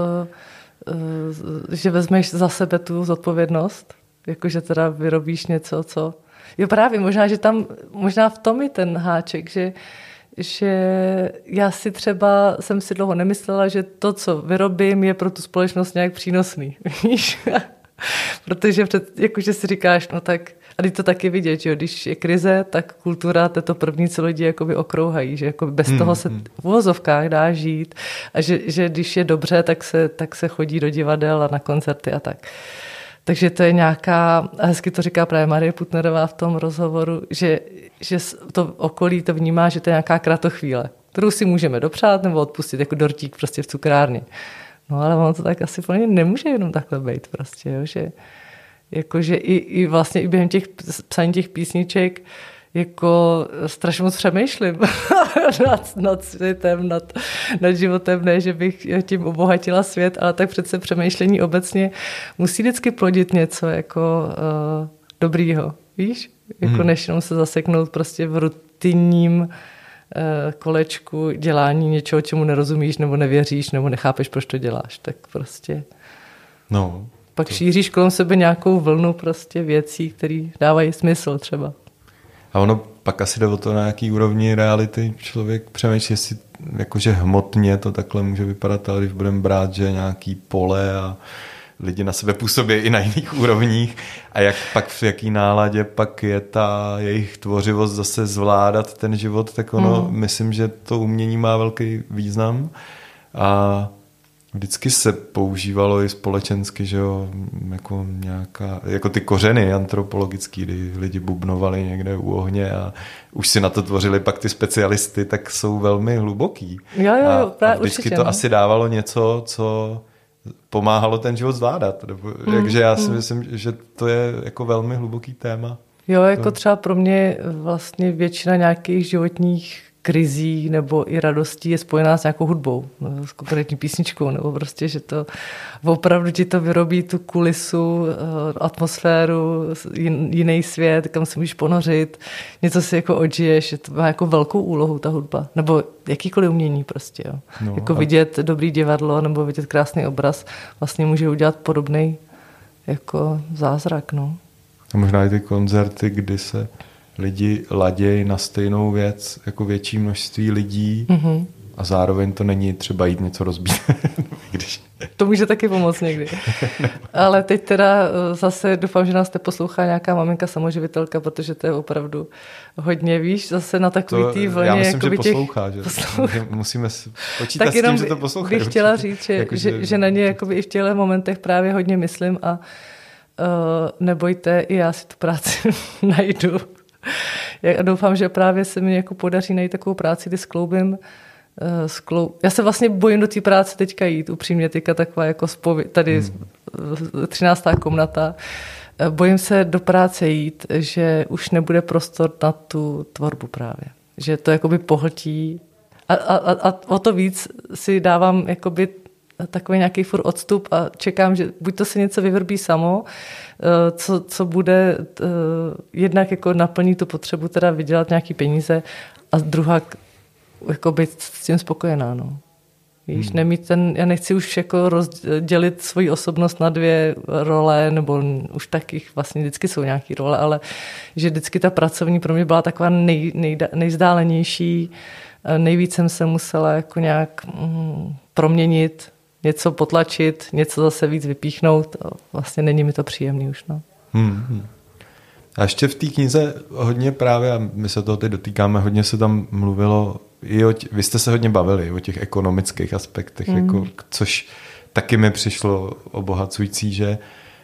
Speaker 2: že vezmeš za sebe tu zodpovědnost, jakože teda vyrobíš něco, co... Jo právě, možná v tom je ten háček, že já si třeba, jsem si dlouho nemyslela, že to, co vyrobím, je pro tu společnost nějak přínosný. Víš? Protože jakože si říkáš, no tak, a teď to taky vidět, že jo, když je krize, tak kultura, to je to první, co lidi jakoby okrouhají, že jako bez toho se v uvozovkách dá žít a že když je dobře, tak se chodí do divadel a na koncerty a tak. Takže to je nějaká, a hezky to říká právě Marie Putnerová v tom rozhovoru, že to okolí to vnímá, že to je nějaká kratochvíle, kterou si můžeme dopřát nebo odpustit, jako dortík prostě v cukrárně. No ale ono to tak asi plně nemůže jenom takhle být prostě, jo? Že jakože i vlastně i během těch psaní těch písniček jako strašně moc přemýšlím nad světem, nad životem, ne, že bych tím obohatila svět, ale tak přece přemýšlení obecně musí vždycky plodit něco jako dobrýho, víš? Jako než jenom se zaseknout prostě v rutinním kolečku dělání něčeho, čemu nerozumíš, nebo nevěříš, nebo nechápeš, proč to děláš, tak prostě pak šíříš kolem sebe nějakou vlnu prostě věcí, které dávají smysl třeba.
Speaker 1: A ono pak asi jde o to, na jaký úrovni reality člověk přemýšlí, jestli jakože hmotně to takhle může vypadat, ale když budeme brát, že nějaký pole a lidi na sebe působí i na jiných úrovních a jak pak v jaký náladě pak je ta jejich tvořivost zase zvládat ten život, tak ono, myslím, že to umění má velký význam a vždycky se používalo i společensky, že jo, jako nějaká, jako ty kořeny antropologický, kdy lidi bubnovali někde u ohně a už si na to tvořili pak ty specialisty, tak jsou velmi hluboký.
Speaker 2: Jo,
Speaker 1: a vždycky určitě, to asi dávalo něco, co pomáhalo ten život zvládat. Takže já si myslím, že to je jako velmi hluboký téma.
Speaker 2: Jo, jako třeba pro mě vlastně většina nějakých životních krizí nebo i radostí je spojená s nějakou hudbou, s konkrétní písničkou, nebo prostě, že to opravdu ti to vyrobí tu kulisu, atmosféru, jiný svět, kam se můžeš ponořit, něco si jako odžiješ, že to má jako velkou úlohu ta hudba, nebo jakýkoliv umění prostě, jo. No, jako vidět dobrý divadlo nebo vidět krásný obraz vlastně může udělat podobný jako zázrak, no.
Speaker 1: A možná i ty koncerty, kdy se lidi ladějí na stejnou věc jako větší množství lidí a zároveň to není třeba jít něco rozbít.
Speaker 2: To může taky pomoct někdy. Ale teď teda zase doufám, že nás poslouchá nějaká maminka samoživitelka, protože to je opravdu hodně, víš, zase na takový tý vlně.
Speaker 1: Já myslím, že poslouchá. Že musíme počítat tak s tím, že to poslouchá.
Speaker 2: Bych chtěla říct, že na ně jakoby i v těchto momentech právě hodně myslím a nebojte, i já si tu práci najdu. Já doufám, že právě se mi jako podaří najít takovou práci, kdy skloubím. Já se vlastně bojím do té práce teďka jít, upřímně, teďka taková jako tady 13. komnata. Bojím se do práce jít, že už nebude prostor na tu tvorbu právě. Že to jakoby pohltí a o to víc si dávám jakoby takový nějaký furt odstup a čekám, že buď to se něco vyvrbí samo, co bude jednak jako naplní tu potřebu teda vydělat nějaký peníze a druhá jako být s tím spokojená, no. Víš, nemít já nechci už jako rozdělit svoji osobnost na 2 role, nebo už takých vlastně vždycky jsou nějaký role, ale že vždycky ta pracovní pro mě byla taková nejzdálenější, nejvíc jsem se musela jako nějak proměnit, něco potlačit, něco zase víc vypíchnout. Vlastně není mi to příjemný už. No.
Speaker 1: A ještě v té knize hodně právě, a my se toho teď dotýkáme, hodně se tam mluvilo, vy jste se hodně bavili o těch ekonomických aspektech, jako, což taky mi přišlo obohacující, že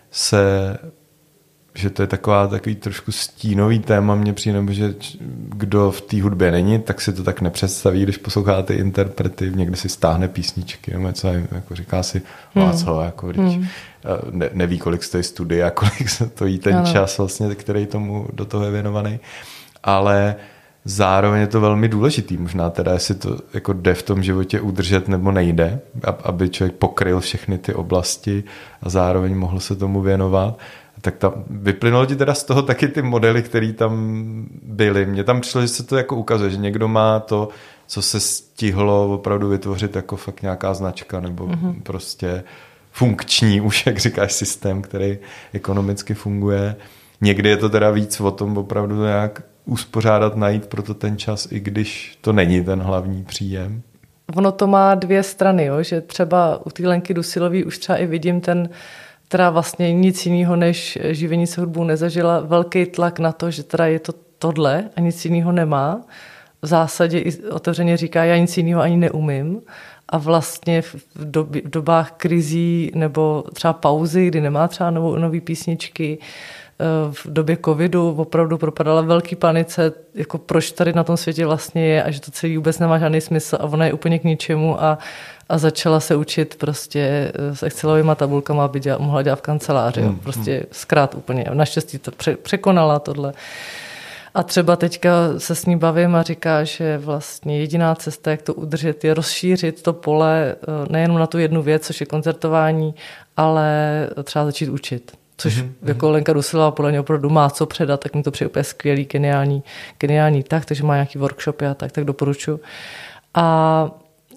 Speaker 1: to je takový trošku stínový téma, mně přijde, že kdo v té hudbě není, tak si to tak nepředstaví, když poslouchá ty interprety, někde si stáhne písničky, nebo něco, jako říká si, co, jako, když neví, kolik stojí studia, kolik stojí ten čas, vlastně, který tomu do toho je věnovaný, ale zároveň je to velmi důležitý, možná teda, jestli to jako jde v tom životě udržet nebo nejde, aby člověk pokryl všechny ty oblasti a zároveň mohl se tomu věnovat. Tak vyplynulo ti teda z toho taky ty modely, které tam byly. Mně tam přišlo, že se to jako ukazuje, že někdo má to, co se stihlo opravdu vytvořit jako fakt nějaká značka nebo prostě funkční, už jak říkáš, systém, který ekonomicky funguje. Někdy je to teda víc o tom opravdu nějak uspořádat, najít proto ten čas, i když to není ten hlavní příjem.
Speaker 2: Ono to má 2 strany, jo? Že třeba u té Lenky Dusilový už třeba i vidím která vlastně nic jiného než živení se hudbou nezažila, velký tlak na to, že teda je to tohle a nic jiného nemá. V zásadě i otevřeně říká, já nic jiného ani neumím. A vlastně v dobách krizí nebo třeba pauzy, kdy nemá třeba nový písničky, v době covidu opravdu propadala velký panice, jako proč tady na tom světě vlastně je a že to celý vůbec nemá žádný smysl a ona je úplně k ničemu a začala se učit prostě s Excelovýma tabulkama, aby mohla dělat v kanceláři. Prostě zkrát úplně. Naštěstí to překonala tohle. A třeba teďka se s ní bavím a říká, že vlastně jediná cesta, jak to udržet, je rozšířit to pole nejenom na tu jednu věc, což je koncertování, ale třeba začít učit. Což jako Lenka Dusilová podle mě opravdu má co předat, tak mi to přijde úplně skvělý, geniální tak, takže má nějaký workshopy a tak doporučuji. A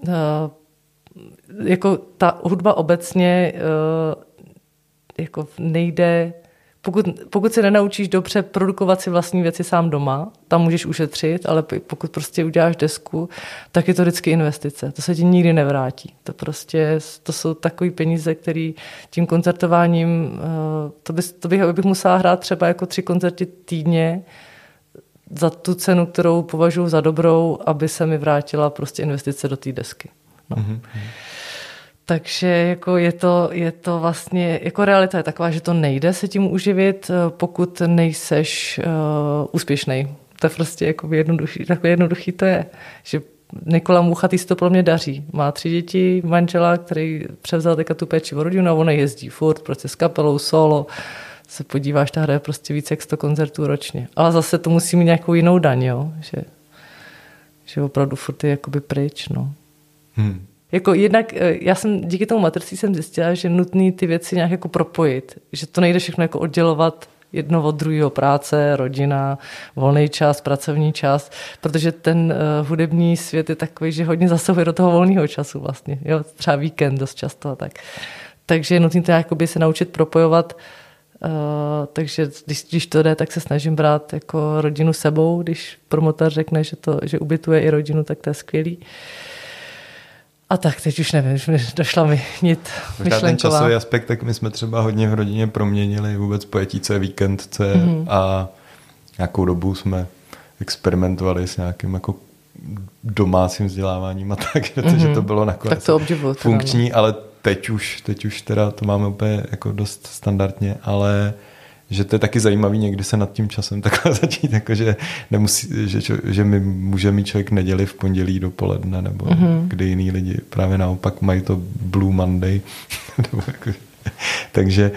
Speaker 2: jako ta hudba obecně jako nejde, pokud se nenaučíš dobře produkovat si vlastní věci sám doma, tam můžeš ušetřit, ale pokud prostě uděláš desku, tak je to vždycky investice. To se ti nikdy nevrátí. To jsou takový peníze, který tím koncertováním, bych musela hrát třeba jako 3 koncerty týdně za tu cenu, kterou považuji za dobrou, aby se mi vrátila prostě investice do té desky. No. Takže jako je to vlastně, jako realita je taková, že to nejde se tím uživit, pokud nejseš úspěšnej. To je prostě jako takové jednoduchý to je, že Nikola Muchatý se to pro mě daří. Má 3 děti, manžela, který převzal teďka tu péči o rodinu a ona jezdí furt, prostě s kapelou, solo. Se podíváš, ta hraje prostě více jak 100 koncertů ročně. Ale zase to musí mít nějakou jinou daň, jo? Že opravdu furt je jakoby pryč, no. Jako jednak, já jsem díky tomu materství jsem zjistila, že je nutný ty věci nějak jako propojit. Že to nejde všechno jako oddělovat jedno od druhého, práce, rodina, volný čas, pracovní čas, protože ten hudební svět je takový, že hodně zasahuje do toho volného času vlastně. Jo? Třeba víkend dost často a tak. Takže je nutný to jakoby se naučit propojovat. Takže když to jde, tak se snažím brát jako rodinu sebou. Když promotor řekne, že ubytuje i rodinu, tak to je skvělý. A tak teď už nevím, došla mi nit myšlenková.
Speaker 1: Ten časový aspekt, tak my jsme třeba hodně v rodině proměnili vůbec pojetí, co je víkend, co je a nějakou dobu jsme experimentovali s nějakým jako domácím vzděláváním a tak, protože to bylo nakonec
Speaker 2: to obdivuju,
Speaker 1: funkční, ale teď už teda to máme úplně jako dost standardně, ale že to je taky zajímavý někdy se nad tím časem takhle začít, jakože nemusí, že my může mít člověk neděli v pondělí dopoledne, nebo kdy jiný lidi právě naopak mají to Blue Monday. Takže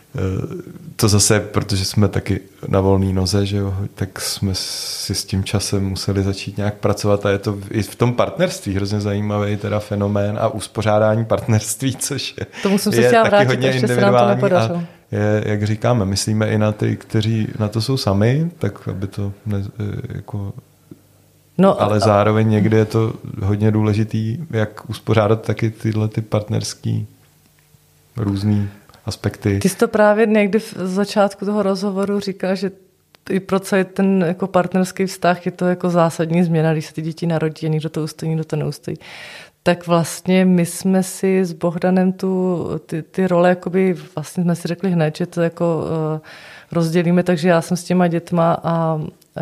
Speaker 1: to zase, protože jsme taky na volný noze, že jo, tak jsme si s tím časem museli začít nějak pracovat a je to i v tom partnerství hrozně zajímavý teda fenomén a uspořádání partnerství, což je taky vrátit, hodně individuální a je, jak říkáme, myslíme i na ty, kteří na to jsou sami, tak aby to jako... No, ale zároveň někdy je to hodně důležitý, jak uspořádat taky tyhle ty partnerský různý aspekty.
Speaker 2: Ty jsi to právě někdy v začátku toho rozhovoru říkal, že i pro celý ten jako partnerský vztah je to jako zásadní změna, když se ty děti narodí a někdo to ustojí, někdo to neustojí. Tak vlastně my jsme si s Bohdanem ty role, jakoby vlastně jsme si řekli hned, že to jako rozdělíme, takže já jsem s těma dětma a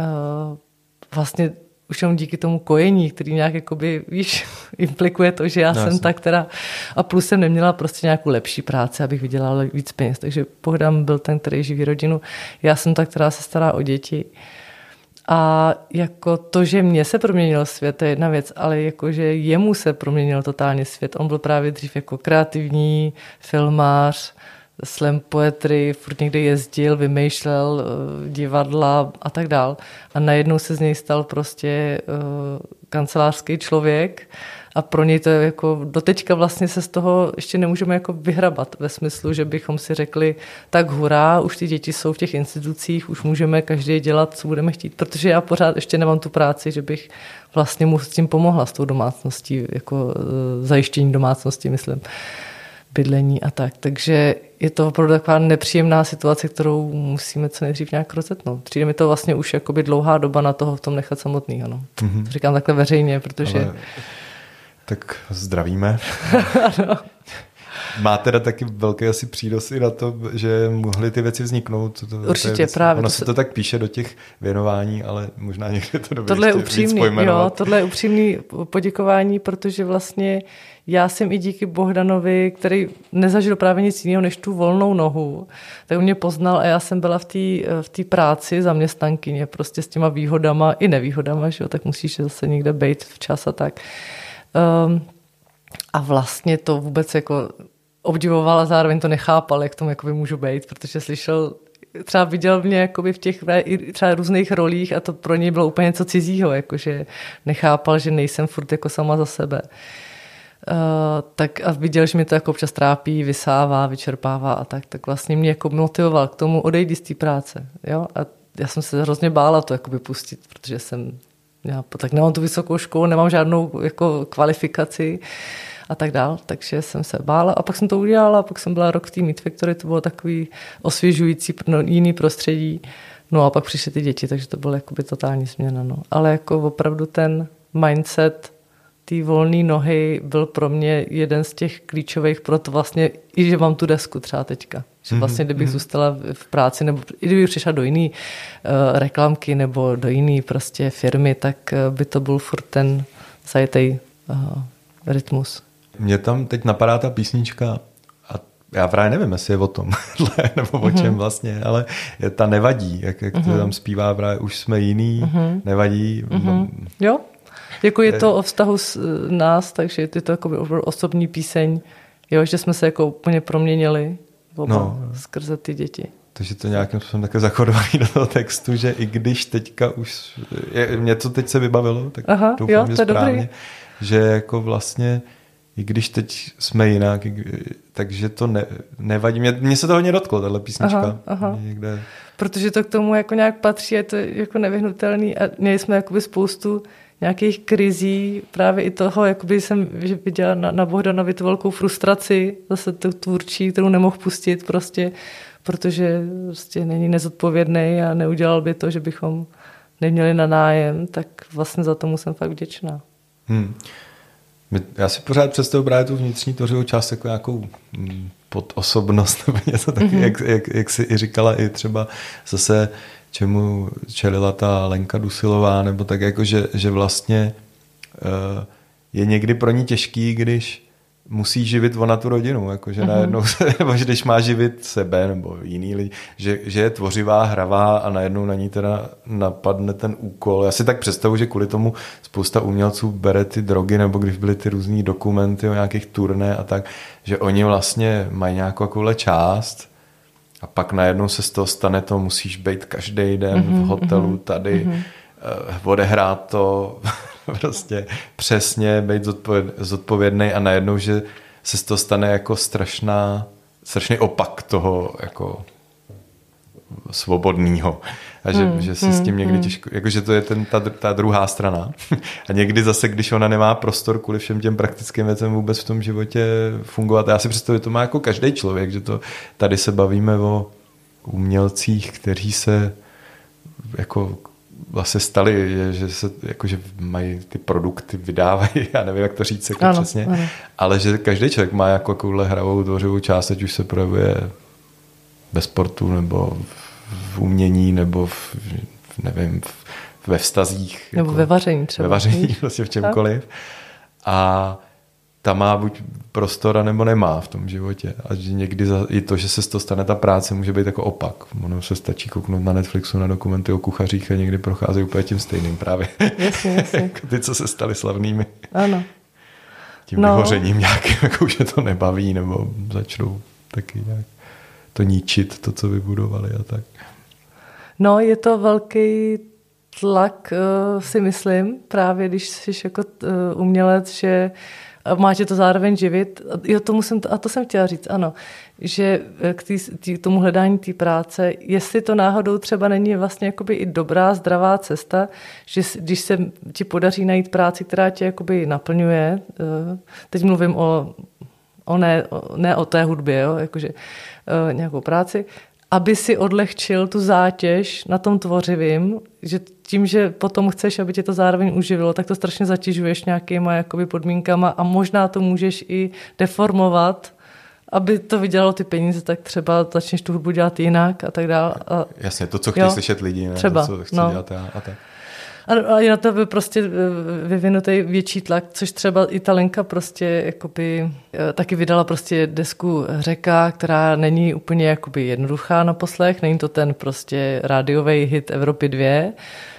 Speaker 2: vlastně už jenom díky tomu kojení, který nějak jakoby, víš, implikuje to, že já jsem ta, která a plus jsem neměla prostě nějakou lepší práci, abych vydělala víc peněz, takže Bohdan byl ten, který živí rodinu, já jsem ta, která se stará o děti. A jako to, že mně se proměnil svět, to je jedna věc, ale jakože jemu se proměnil totálně svět. On byl právě dřív jako kreativní filmář, slam poetry, furt někde jezdil, vymýšlel divadla a tak dál. A najednou se z něj stal prostě kancelářský člověk a pro něj to je jako doteďka vlastně se z toho ještě nemůžeme jako vyhrabat ve smyslu, že bychom si řekli tak hurá, už ty děti jsou v těch institucích, už můžeme každý dělat, co budeme chtít, protože já pořád ještě nemám tu práci, že bych vlastně mu s tím pomohla s tou domácností, jako zajištění domácnosti, myslím, bydlení a tak. Takže je to opravdu taková nepříjemná situace, kterou musíme co nejdřív nějak rozetnout. Přijde mi to vlastně už jakoby dlouhá doba na toho v tom nechat samotnýho. No. To říkám takhle veřejně, protože...
Speaker 1: Ale... Tak zdravíme. Ano. Má teda taky velký asi přínos i na to, že mohly ty věci vzniknout.
Speaker 2: Určitě, právě.
Speaker 1: Ono se to tak píše do těch věnování, ale možná někde to dobře
Speaker 2: tohle je upřímný, jo, tohle je upřímný poděkování, protože vlastně já jsem i díky Bohdanovi, který nezažil právě nic jiného než tu volnou nohu, tak mě poznal a já jsem byla v té práci zaměstnankyně, prostě s těma výhodama i nevýhodama, že jo, tak musíš zase někde bejt včas a tak. A vlastně to vůbec jako obdivoval a zároveň to nechápal, jak tomu jakoby můžu být, protože slyšel, třeba viděl mě jakoby v těch třeba různých rolích a to pro něj bylo úplně něco cizího, jakože nechápal, že nejsem furt jako sama za sebe. Tak a viděl, že mi to jako občas trápí, vysává, vyčerpává a tak vlastně mě jako motivoval k tomu odejít z té práce. Jo? A já jsem se hrozně bála to jakoby pustit, protože já tak nemám tu vysokou školu, nemám žádnou jako kvalifikaci a tak dál, takže jsem se bála a pak jsem to udělala, pak jsem byla rok v té Meat Factory, to bylo takový osvěžující, jiný prostředí, no a pak přišly ty děti, takže to bylo jakoby totální změna, no. Ale jako opravdu ten mindset té volné nohy byl pro mě jeden z těch klíčových, proto vlastně i, že mám tu desku třeba teďka. Že vlastně, kdybych zůstala v práci, nebo i kdybych přišla do jiné reklamky nebo do jiné prostě firmy, tak by to byl furt ten zajetej rytmus.
Speaker 1: Mně tam teď napadá ta písnička a já právě nevím, jestli je o tom nebo o čem vlastně, ale ta nevadí, jak to tam zpívá právě už jsme jiný, nevadí.
Speaker 2: Jo, jako je to o vztahu s nás, takže je to jako osobní píseň, jo, že jsme se jako úplně proměnili skrze ty děti.
Speaker 1: Takže to nějakým způsobem také zachodovaný do toho textu, že i když teďka už, mě to teď se vybavilo, tak doufám, že správně, dobrý. Že jako vlastně, i když teď jsme jinak, takže to nevadí. Mně se to hodně dotklo, tahle písnička. Někde.
Speaker 2: Protože to k tomu jako nějak patří, je to jako nevyhnutelný a měli jsme jakoby spoustu nějakých krizí, právě i toho, jakoby jsem viděla na Bohdanovi tu velkou frustraci, zase tu tvůrčí, kterou nemohl pustit prostě, protože prostě není nezodpovědný a neudělal by to, že bychom neměli na nájem, tak vlastně za tomu jsem fakt vděčná.
Speaker 1: Já si pořád představuji právě tu vnitřní tvořivou část jako nějakou podosobnost nebo něco taky, jak jsi i říkala, i třeba zase čemu čelila ta Lenka Dusilová, nebo tak jako, že vlastně je někdy pro ní těžký, když musí živit ona tu rodinu, jakože najednou, nebo když má živit sebe nebo jiný lidi, že je tvořivá, hravá a najednou na ní teda napadne ten úkol. Já si tak představuji, že kvůli tomu spousta umělců bere ty drogy, nebo když byly ty různý dokumenty o nějakých turné a tak, že oni vlastně mají nějakou takovouhle část a pak najednou se z toho stane to, musíš být každý den v hotelu tady, odehrát to prostě přesně, být zodpovědný a najednou, že se z toho stane jako strašný opak toho jako svobodného. A že si s tím někdy těžko, jakože to je ta druhá strana. A někdy zase, když ona nemá prostor kvůli všem těm praktickým věcem vůbec v tom životě fungovat. A já si představuji, že to má jako každý člověk, že to tady se bavíme o umělcích, kteří se jako vlastně stali, že se jakože mají ty produkty, vydávají, já nevím, jak to říct jako přesně, ale že každý člověk má jako takovouhle hravou tvořivou část, ať už se projevuje ve sportu, nebo v umění, nebo ve vztazích.
Speaker 2: Nebo
Speaker 1: jako,
Speaker 2: ve vaření třeba.
Speaker 1: Ve vaření, vlastně v čemkoliv. A ta má buď prostor, nebo nemá v tom životě. A že někdy i to, že se z toho stane ta práce, může být jako opak. Ono se stačí kouknout na Netflixu na dokumenty o kuchařích a někdy procházejí úplně tím stejným právě.
Speaker 2: Jasně.
Speaker 1: Jako ty, co se staly slavnými.
Speaker 2: Ano.
Speaker 1: Tím vyhořením nějakým, jako už je to nebaví, nebo začnou taky nějak to ničit, to, co vybudovali a tak.
Speaker 2: No, je to velký tlak, si myslím, právě když jsi jako umělec, že má tě to zároveň živit. Jo, to jsem chtěla říct, ano, že k tomu hledání té práce, jestli to náhodou třeba není vlastně jakoby i dobrá, zdravá cesta, že když se ti podaří najít práci, která tě jakoby naplňuje, teď mluvím ne o té hudbě, jo, jakože nějakou práci, aby si odlehčil tu zátěž na tom tvořivým, že tím, že potom chceš, aby tě to zároveň uživilo, tak to strašně zatěžuješ nějakýma jakoby podmínkama a možná to můžeš i deformovat, aby to vydělalo ty peníze, tak třeba začneš tu hudbu dělat jinak a tak dále.
Speaker 1: Jasně, to, co chtějí slyšet lidi, ne?
Speaker 2: Třeba,
Speaker 1: to, co chci dělat já a tak.
Speaker 2: A je na to by prostě vyvinutý větší tlak, což třeba i ta Lenka prostě jakoby, taky vydala prostě desku Řeka, která není úplně jakoby jednoduchá na poslech, není to ten prostě rádiový hit Evropy 2,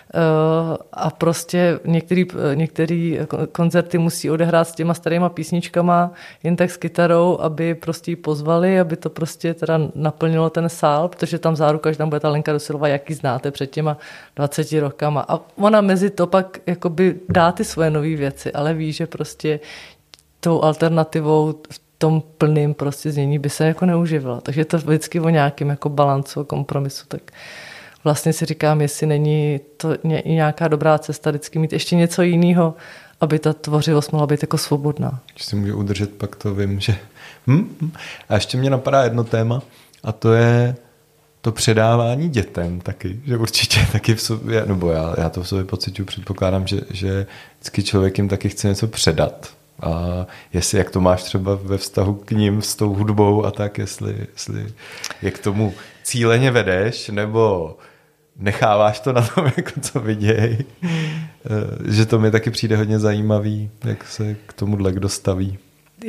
Speaker 2: a prostě některý koncerty musí odehrát s těma starýma písničkama jen tak s kytarou, aby prostě ji pozvali, aby to prostě teda naplnilo ten sál, protože tam záruka, že tam bude ta Lenka Dosilová, jak ji znáte před těma 20 rokama. A ona mezi to pak jakoby dá ty svoje nové věci, ale ví, že prostě tou alternativou v tom plným prostě znění by se jako neuživila. Takže je to vždycky o nějakém jako balancu, kompromisu, tak vlastně si říkám, jestli není to i nějaká dobrá cesta vždycky mít ještě něco jiného, aby ta tvořivost mohla být jako svobodná.
Speaker 1: Když si můžu udržet, pak to vím, že... A ještě mě napadá jedno téma a to je to předávání dětem taky, že určitě taky v sobě, nebo já to v sobě pociťuji, předpokládám, že vždycky člověk jim taky chce něco předat. A jestli jak to máš třeba ve vztahu k ním s tou hudbou a tak, jestli jak k tomu cíleně vedeš, nebo necháváš to na tom, jako co viděj. Že to mi taky přijde hodně zajímavý, jak se k tomuhle kdo staví.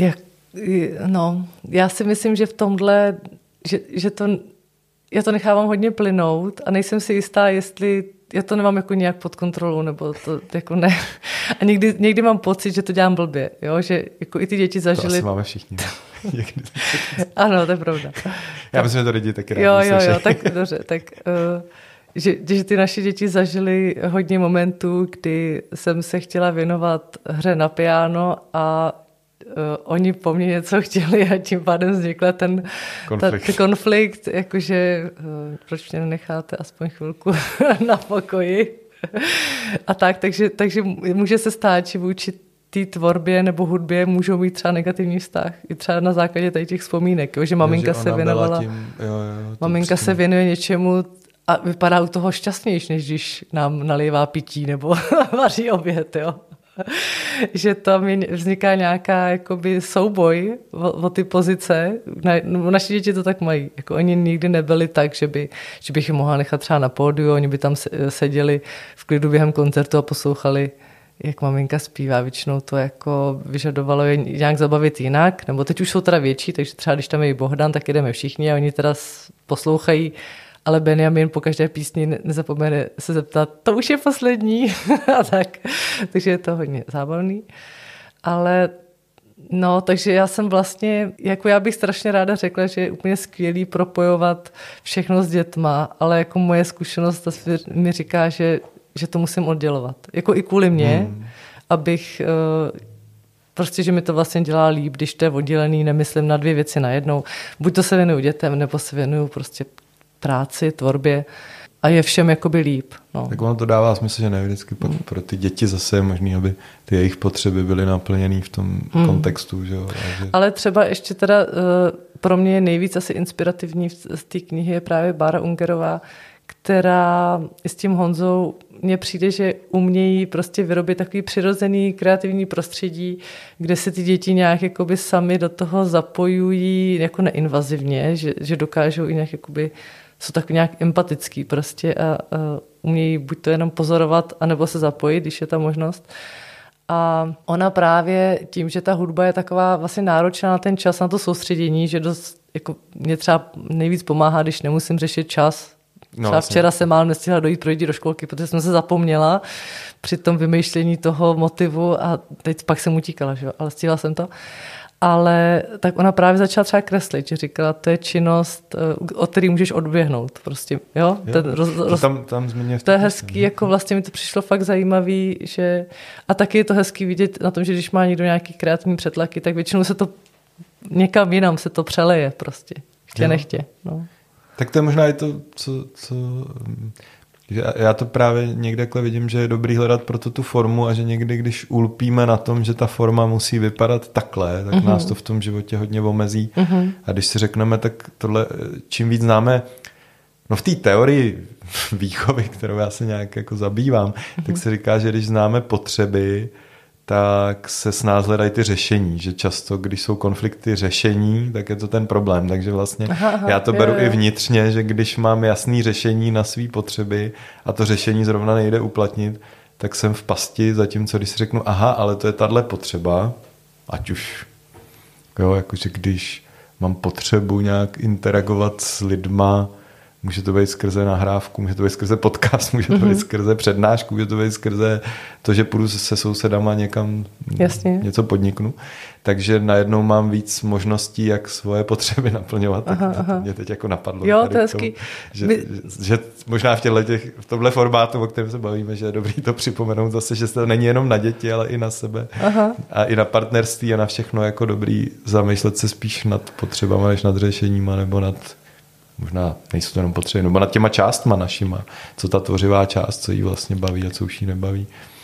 Speaker 2: Já si myslím, že v tomhle, že já to nechávám hodně plynout a nejsem si jistá, jestli já to nemám jako nějak pod kontrolou, nebo to jako ne. A někdy mám pocit, že to dělám blbě, jo? Že jako i ty děti zažili... To
Speaker 1: asi máme všichni.
Speaker 2: Ano, to je pravda.
Speaker 1: Já myslím, že to lidi taky rádi
Speaker 2: Jo, tak dobře, tak... Že ty naše děti zažily hodně momentů, kdy jsem se chtěla věnovat hře na piano a oni po mně něco chtěli a tím pádem vznikl ten konflikt, jakože proč mě nenecháte aspoň chvilku na pokoji. A takže může se stát, že vůči té tvorbě nebo hudbě můžou mít třeba negativní vztah. I třeba na základě tady těch vzpomínek, že maminka se věnovala, maminka se věnuje něčemu a vypadá u toho šťastnější, než když nám nalévá pití nebo vaří oběd, jo. Že tam vzniká nějaká jakoby souboj o ty pozice. Naši děti to tak mají. Jako oni nikdy nebyli tak, že bych je mohla nechat třeba na pódiu, oni by tam seděli v klidu během koncertu a poslouchali jak maminka zpívá, většinou to jako vyžadovalo je nějak zabavit jinak, nebo teď už jsou teda větší, takže třeba když tam je Bohdan, tak jdeme všichni a oni teda poslouchají, ale Benjamin po každé písni nezapomene se zeptat, to už je poslední a tak, takže je to hodně zábavný, ale no, takže já jsem vlastně, jako já bych strašně ráda řekla, že je úplně skvělý propojovat všechno s dětma, ale jako moje zkušenost mi říká, že to musím oddělovat. Jako i kvůli mě, abych prostě, že mi to vlastně dělá líp, když to je oddělený, nemyslím na dvě věci najednou. Buď to se věnuju dětem, nebo se věnuju prostě práci, tvorbě a je všem jakoby líp. No.
Speaker 1: Tak ono to dává smysl, že ne vždycky pro ty děti zase je možný, aby ty jejich potřeby byly naplněný v tom kontextu. Že jo?
Speaker 2: Ale třeba ještě teda pro mě je nejvíc asi inspirativní z té knihy je právě Bára Ungerová, která s tím Honzou mně přijde, že umějí prostě vyrobit takový přirozený kreativní prostředí, kde se ty děti nějak jakoby sami do toho zapojují jako neinvazivně, že dokážou i nějak jakoby, jsou tak nějak empatický prostě a umějí buď to jenom pozorovat, anebo se zapojit, když je ta možnost. A ona právě tím, že ta hudba je taková vlastně náročná na ten čas, na to soustředění, že dost, jako mě třeba nejvíc pomáhá, když nemusím řešit čas. Třeba včera jsem málem nestihla dojít pro děti do školky, protože jsem se zapomněla při tom vymýšlení toho motivu a teď pak jsem utíkala, že jo? Ale stihla jsem to. Ale tak ona právě začala třeba kreslit, že říkala, to je činnost, od který můžeš odběhnout. Prostě, jo?
Speaker 1: Tam
Speaker 2: to je hezký, jako vlastně mi to přišlo fakt zajímavý, že a taky je to hezký vidět na tom, že když má někdo nějaký kreativní přetlaky, tak většinou se to někam jinam se to přeleje prostě. Chtě nechtě. No.
Speaker 1: Tak to je možná i to, co že já to právě někde vidím, že je dobrý hledat proto tu formu a že někdy, když ulpíme na tom, že ta forma musí vypadat takhle, tak nás to v tom životě hodně omezí. A když si řekneme, tak tohle, čím víc známe, no v té teorii výchovy, kterou já se nějak jako zabývám, tak se říká, že když známe potřeby, tak se s nás hledají ty řešení, že často, když jsou konflikty řešení, tak je to ten problém, takže vlastně já to beru i vnitřně, že když mám jasný řešení na svý potřeby a to řešení zrovna nejde uplatnit, tak jsem v pasti, zatímco když si řeknu, aha, ale to je tahle potřeba, ať už, jo, jakože když mám potřebu nějak interagovat s lidma, může to být skrze nahrávku, může to být skrze podcast, může to být skrze přednášku, může to být skrze to, že půjdu se sousedama někam něco podniknu. Takže najednou mám víc možností, jak svoje potřeby naplňovat. To mě teď jako napadlo.
Speaker 2: Jo, to je hezký.
Speaker 1: Že možná v tomhle formátu, o kterém se bavíme, že je dobrý to připomenout zase, že to není jenom na děti, ale i na sebe. A i na partnerství a na všechno jako dobrý zamyslet se spíš nad potřebama, než nad řešeníma nebo nad možná nejsou to jenom potřeby, nebo nad těma částma našima, co ta tvořivá část, co jí vlastně baví a co už jí nebaví.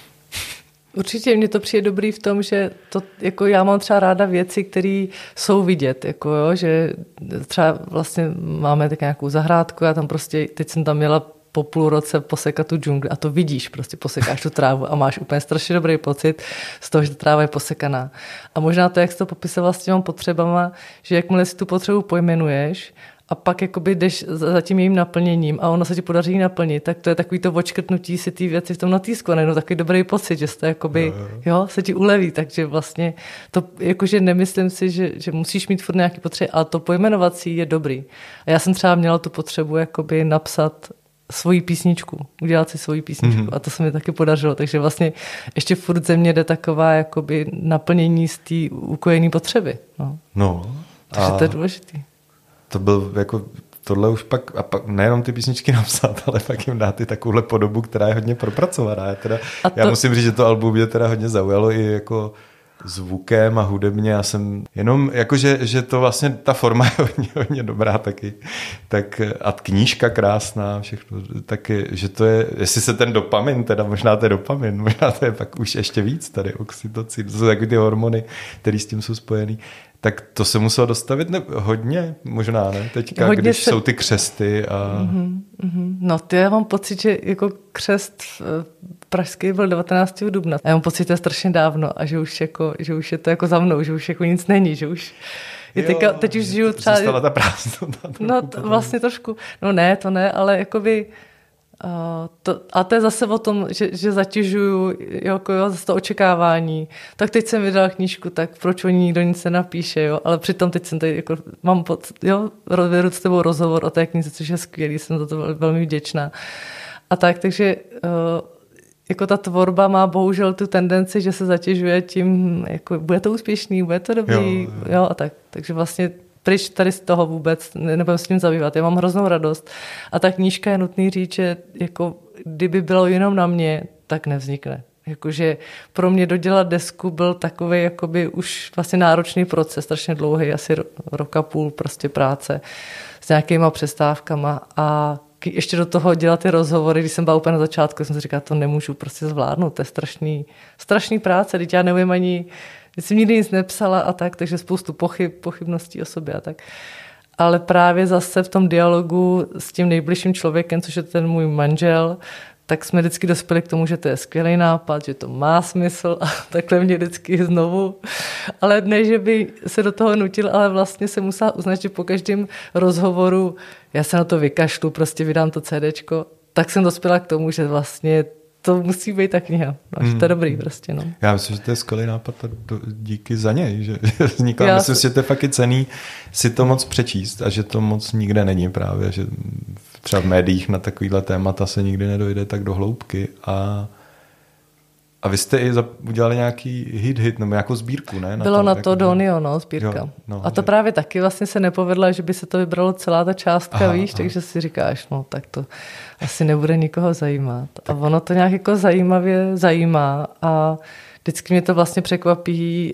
Speaker 2: Určitě mně to přijde dobrý v tom, že to, jako já mám třeba ráda věci, které jsou vidět, jako jo, že třeba vlastně máme tak nějakou zahrádku, já tam prostě, teď jsem tam měla po půl roce posekat tu džungli a to vidíš, prostě posekáš tu trávu a máš úplně strašně dobrý pocit z toho, že ta tráva je posekaná. A možná to, jak jsi to popisoval s těma potřebama, že jakmile si tu potřebu pojmenuješ a pak jakoby jdeš za tím jejím naplněním a ono se ti podaří naplnit, tak to je takový to odškrtnutí si ty věci v tom notýsku a najednou takový dobrý pocit, že to jakoby, jo, se ti uleví, takže vlastně to, jakože nemyslím si, že musíš mít furt nějaký potřeby, ale to pojmenovací je dobrý. A já jsem třeba měla tu potřebu jakoby napsat svoji písničku, udělat si svoji písničku a to se mi taky podařilo, takže vlastně ještě furt ze mě jde taková jakoby naplnění z té ukojené potřeby. No. Takže to je důležitý.
Speaker 1: To byl jako tohle už pak, a pak nejenom ty písničky napsat, ale pak jim dát i takovouhle podobu, která je hodně propracovaná. Já musím říct, že to album mě teda hodně zaujalo i jako zvukem a hudebně. Já jsem jenom, jakože že to vlastně, ta forma je hodně dobrá taky. Tak, a knížka krásná, všechno. Taky, že to je, jestli se ten dopamin, teda možná to je dopamin, možná to je pak už ještě víc tady oxytocin. To jsou taky ty hormony, které s tím jsou spojený. Tak to se muselo dostavit hodně, možná, ne? Teďka, hodně když jsou ty křesty a...
Speaker 2: No, já mám pocit, že jako křest pražský byl 19. dubna. A já mám pocit, že to je strašně dávno a že už je to jako za mnou, že už jako nic není, že už... Teď už žiju třeba...
Speaker 1: Zůstala ta prázdnota.
Speaker 2: No, vlastně trošku. No ne, to ne, ale jakoby... To je zase o tom, že zatěžuju jako zase to očekávání. Tak teď jsem vydala knížku, tak proč o ní nikdo nic nenapíše, jo? Ale přitom teď jsem tady, jako, mám vedu s tebou rozhovor o té knize, což je skvělý, jsem za to velmi vděčná. A takže jako ta tvorba má bohužel tu tendenci, že se zatěžuje tím, jako bude to úspěšný, bude to dobrý, jo a tak. Takže vlastně pryč tady z toho vůbec, nebudem s tím zabývat. Já mám hroznou radost. A ta knížka je nutný říct, že jako, kdyby bylo jenom na mě, tak nevznikne. Jakože pro mě dodělat desku byl takový jakoby už vlastně náročný proces, strašně dlouhý, asi rok a půl prostě práce s nějakýma přestávkama a ještě do toho dělat ty rozhovory, když jsem byla úplně na začátku, jsem si říkala, to nemůžu prostě zvládnout, to je strašný práce, teď já nevím ani, jsem nikdy nic nepsala a tak, takže spoustu pochybností o sobě a tak. Ale právě zase v tom dialogu s tím nejbližším člověkem, což je ten můj manžel, tak jsme vždycky dospěli k tomu, že to je skvělý nápad, že to má smysl a takhle mě vždycky znovu. Ale ne, že by se do toho nutil, ale vlastně se musela uznat, že po každém rozhovoru já se na to vykašlu, prostě vydám to CDčko, tak jsem dospěla k tomu, že vlastně to musí být ta kniha. No, že to je dobrý prostě. No.
Speaker 1: Já myslím, že to je skvělý nápad a díky za něj, že vznikla. Myslím, že to je fakt i cený si to moc přečíst a že to moc nikde není právě, že třeba v médiích na takovýhle témata se nikdy nedojde tak do hloubky a vy jste i udělali nějaký hit nebo nějakou sbírku, ne?
Speaker 2: Bylo na to Donio, sbírka.
Speaker 1: Jo, no,
Speaker 2: a to právě taky vlastně se nepovedla, že by se to vybralo celá ta částka, víš, takže si říkáš, no tak to asi nebude nikoho zajímat. A ono to nějak jako zajímavě zajímá a vždycky mě to vlastně překvapí,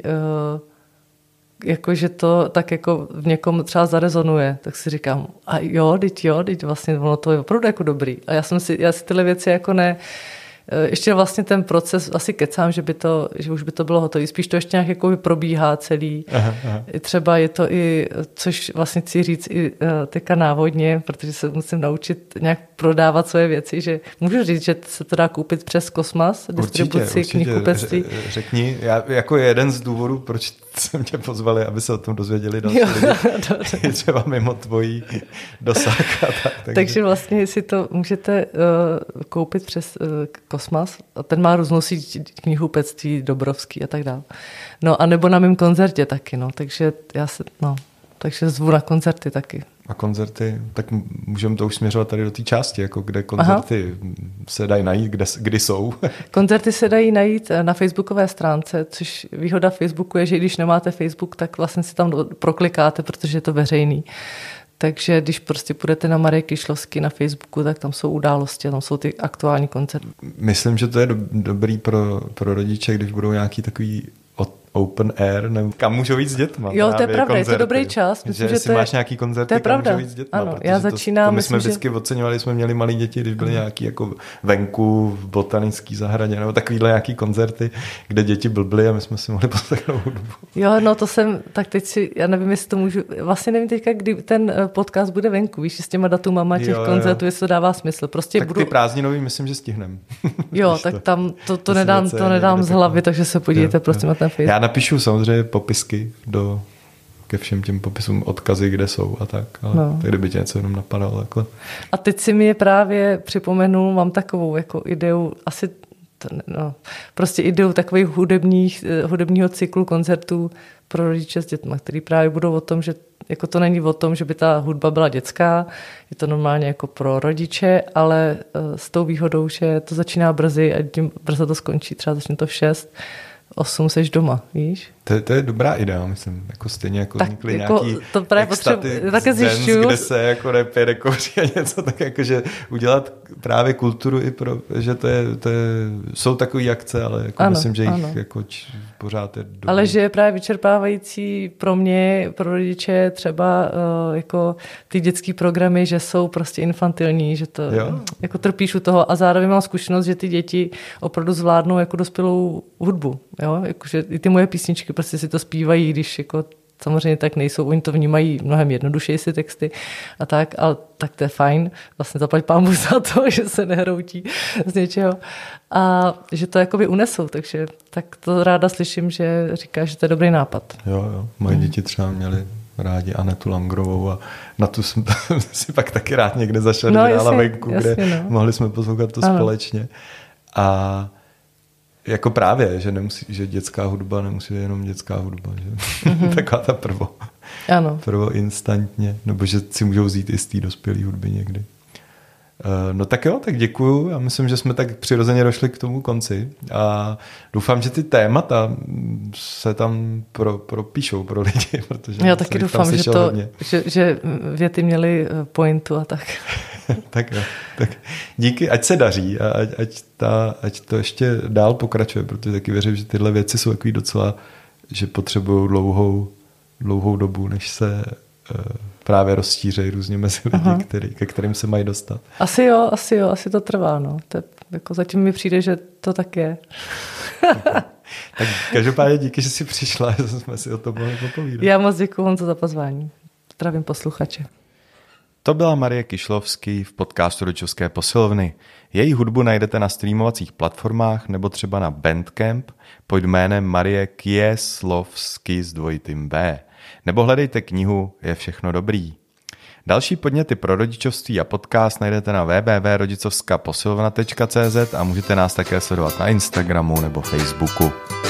Speaker 2: jako že to tak jako v někom třeba zarezonuje, tak si říkám, a teď vlastně ono to je opravdu jako dobrý. A já si tyhle věci jako ještě vlastně ten proces asi kecám, že už by to bylo hotové. Spíš to ještě nějak jako probíhá celý. Aha. Třeba je to i, což vlastně chci říct i teďka návodně, protože se musím naučit nějak prodávat svoje věci, že můžu říct, že se to dá koupit přes Kosmas, distribuci knihkupectví.
Speaker 1: Řekni, já jako jeden z důvodů, proč jsem tě pozvali, aby se o tom dozvěděli další lidi. Třeba mimo tvojí dosah a tak.
Speaker 2: Takže vlastně si to můžete koupit přes Kosmas. A ten má různou síť knihkupectví, Dobrovský a tak dále. No a nebo na mém koncertě taky, takže zvu na koncerty taky.
Speaker 1: A koncerty, tak můžeme to už směřovat tady do té části, jako kde koncerty se dají najít, kdy jsou.
Speaker 2: Koncerty se dají najít na facebookové stránce, což výhoda Facebooku je, že když nemáte Facebook, tak vlastně si tam proklikáte, protože je to veřejný. Takže když prostě půjdete na Marie Kišlovský na Facebooku, tak tam jsou události, tam jsou ty aktuální koncerty.
Speaker 1: Myslím, že to je dobrý pro rodiče, když budou nějaký takový open air, nebo kam můžou jít s dětma.
Speaker 2: Jo, to je pravda, koncerty. Je to dobrý čas.
Speaker 1: Myslím, že jestli máš nějaký koncerty, kam můžou jít s dětma.
Speaker 2: Ano, já začínám.
Speaker 1: My jsme vždycky oceňovali, jsme měli malí děti, když byly nějaký jako venku v botanické zahradě, nebo takovýhle nějaký koncerty, kde děti blbly a my jsme si mohli poslechnout hudbu.
Speaker 2: Jo, to jsem, tak teď já nevím, jestli to můžu, vlastně nevím teďka, kdy ten podcast bude venku, víš, s těma datumama těch koncertů, jestli to dává smysl. Prostě
Speaker 1: tak ty prázdninový, myslím, že stihneme.
Speaker 2: Jo, tak tam to nedám z hlavy, takže se podívejte prostě na ten Facebook.
Speaker 1: Já napíšu samozřejmě popisky ke všem těm popisům, odkazy, kde jsou a tak, ale tak kdyby tě něco jenom napadalo takhle.
Speaker 2: A teď si mi je právě připomenul, mám takovou jako ideu, prostě ideu takových hudebního cyklu koncertů pro rodiče s dětma, který právě budou o tom, že jako to není o tom, že by ta hudba byla dětská, je to normálně jako pro rodiče, ale s tou výhodou, že to začíná brzy a tím brzo to skončí, třeba začne to v 6, 8 seš doma, víš?
Speaker 1: To je dobrá idea, myslím. Jako stejně jako vznikly jako nějaký
Speaker 2: to právě také zjišťuju,
Speaker 1: kde se jako repere kouří a něco, tak jakože udělat právě kulturu i pro, že to je jsou takové akce, ale jako ano, myslím, že jich jako pořád je dobrý.
Speaker 2: Ale že je právě vyčerpávající pro mě, pro rodiče třeba jako ty dětský programy, že jsou prostě infantilní, že to jako trpíš u toho a zároveň mám zkušenost, že ty děti opravdu zvládnou jako dospělou hudbu, jo, jakože i ty moje písničky prostě si to zpívají, když jako samozřejmě tak nejsou, oni to vnímají mnohem jednodušeji si texty a tak, ale tak to je fajn, vlastně zaplať pámu za to, že se nehroutí z něčeho a že to jakoby unesou, takže tak to ráda slyším, že říká, že to je dobrý nápad.
Speaker 1: Jo, moje děti třeba měly rádi Anetu Langrovou a na tu jsem si pak taky rád někde zašel na venku, kde mohli jsme poslouchat to společně. A jako právě, že dětská hudba nemusí být jenom dětská hudba. Že? Taková ta prvo instantně, nebo že si můžou vzít i z té dospělé hudby někdy. No tak jo, tak děkuju. Já myslím, že jsme tak přirozeně došli k tomu konci a doufám, že ty témata se tam propíšou pro lidi, protože
Speaker 2: já taky doufám, že věty měly pointu a tak.
Speaker 1: Tak jo, tak díky, ať se daří a ať to ještě dál pokračuje, protože taky věřím, že tyhle věci jsou takový docela, že potřebují dlouhou dobu, než se právě rozšířejí různě mezi lidi, ke kterým se mají dostat.
Speaker 2: Asi to trvá. No. Jako zatím mi přijde, že to tak je.
Speaker 1: Tak každopádně díky, že jsi přišla, že jsme si o tom mohli popovídat.
Speaker 2: Já moc děkuji, Honzo, za pozvání. Zdravím posluchače.
Speaker 1: To byla Marie Kišlovský v podcastu Rodičovské posilovny. Její hudbu najdete na streamovacích platformách nebo třeba na Bandcamp pod jménem Marie Kieslovsky s dvojitým B. Nebo hledejte knihu Je všechno dobrý. Další podněty pro rodičovství a podcast najdete na www.rodicovskaposilovna.cz a můžete nás také sledovat na Instagramu nebo Facebooku.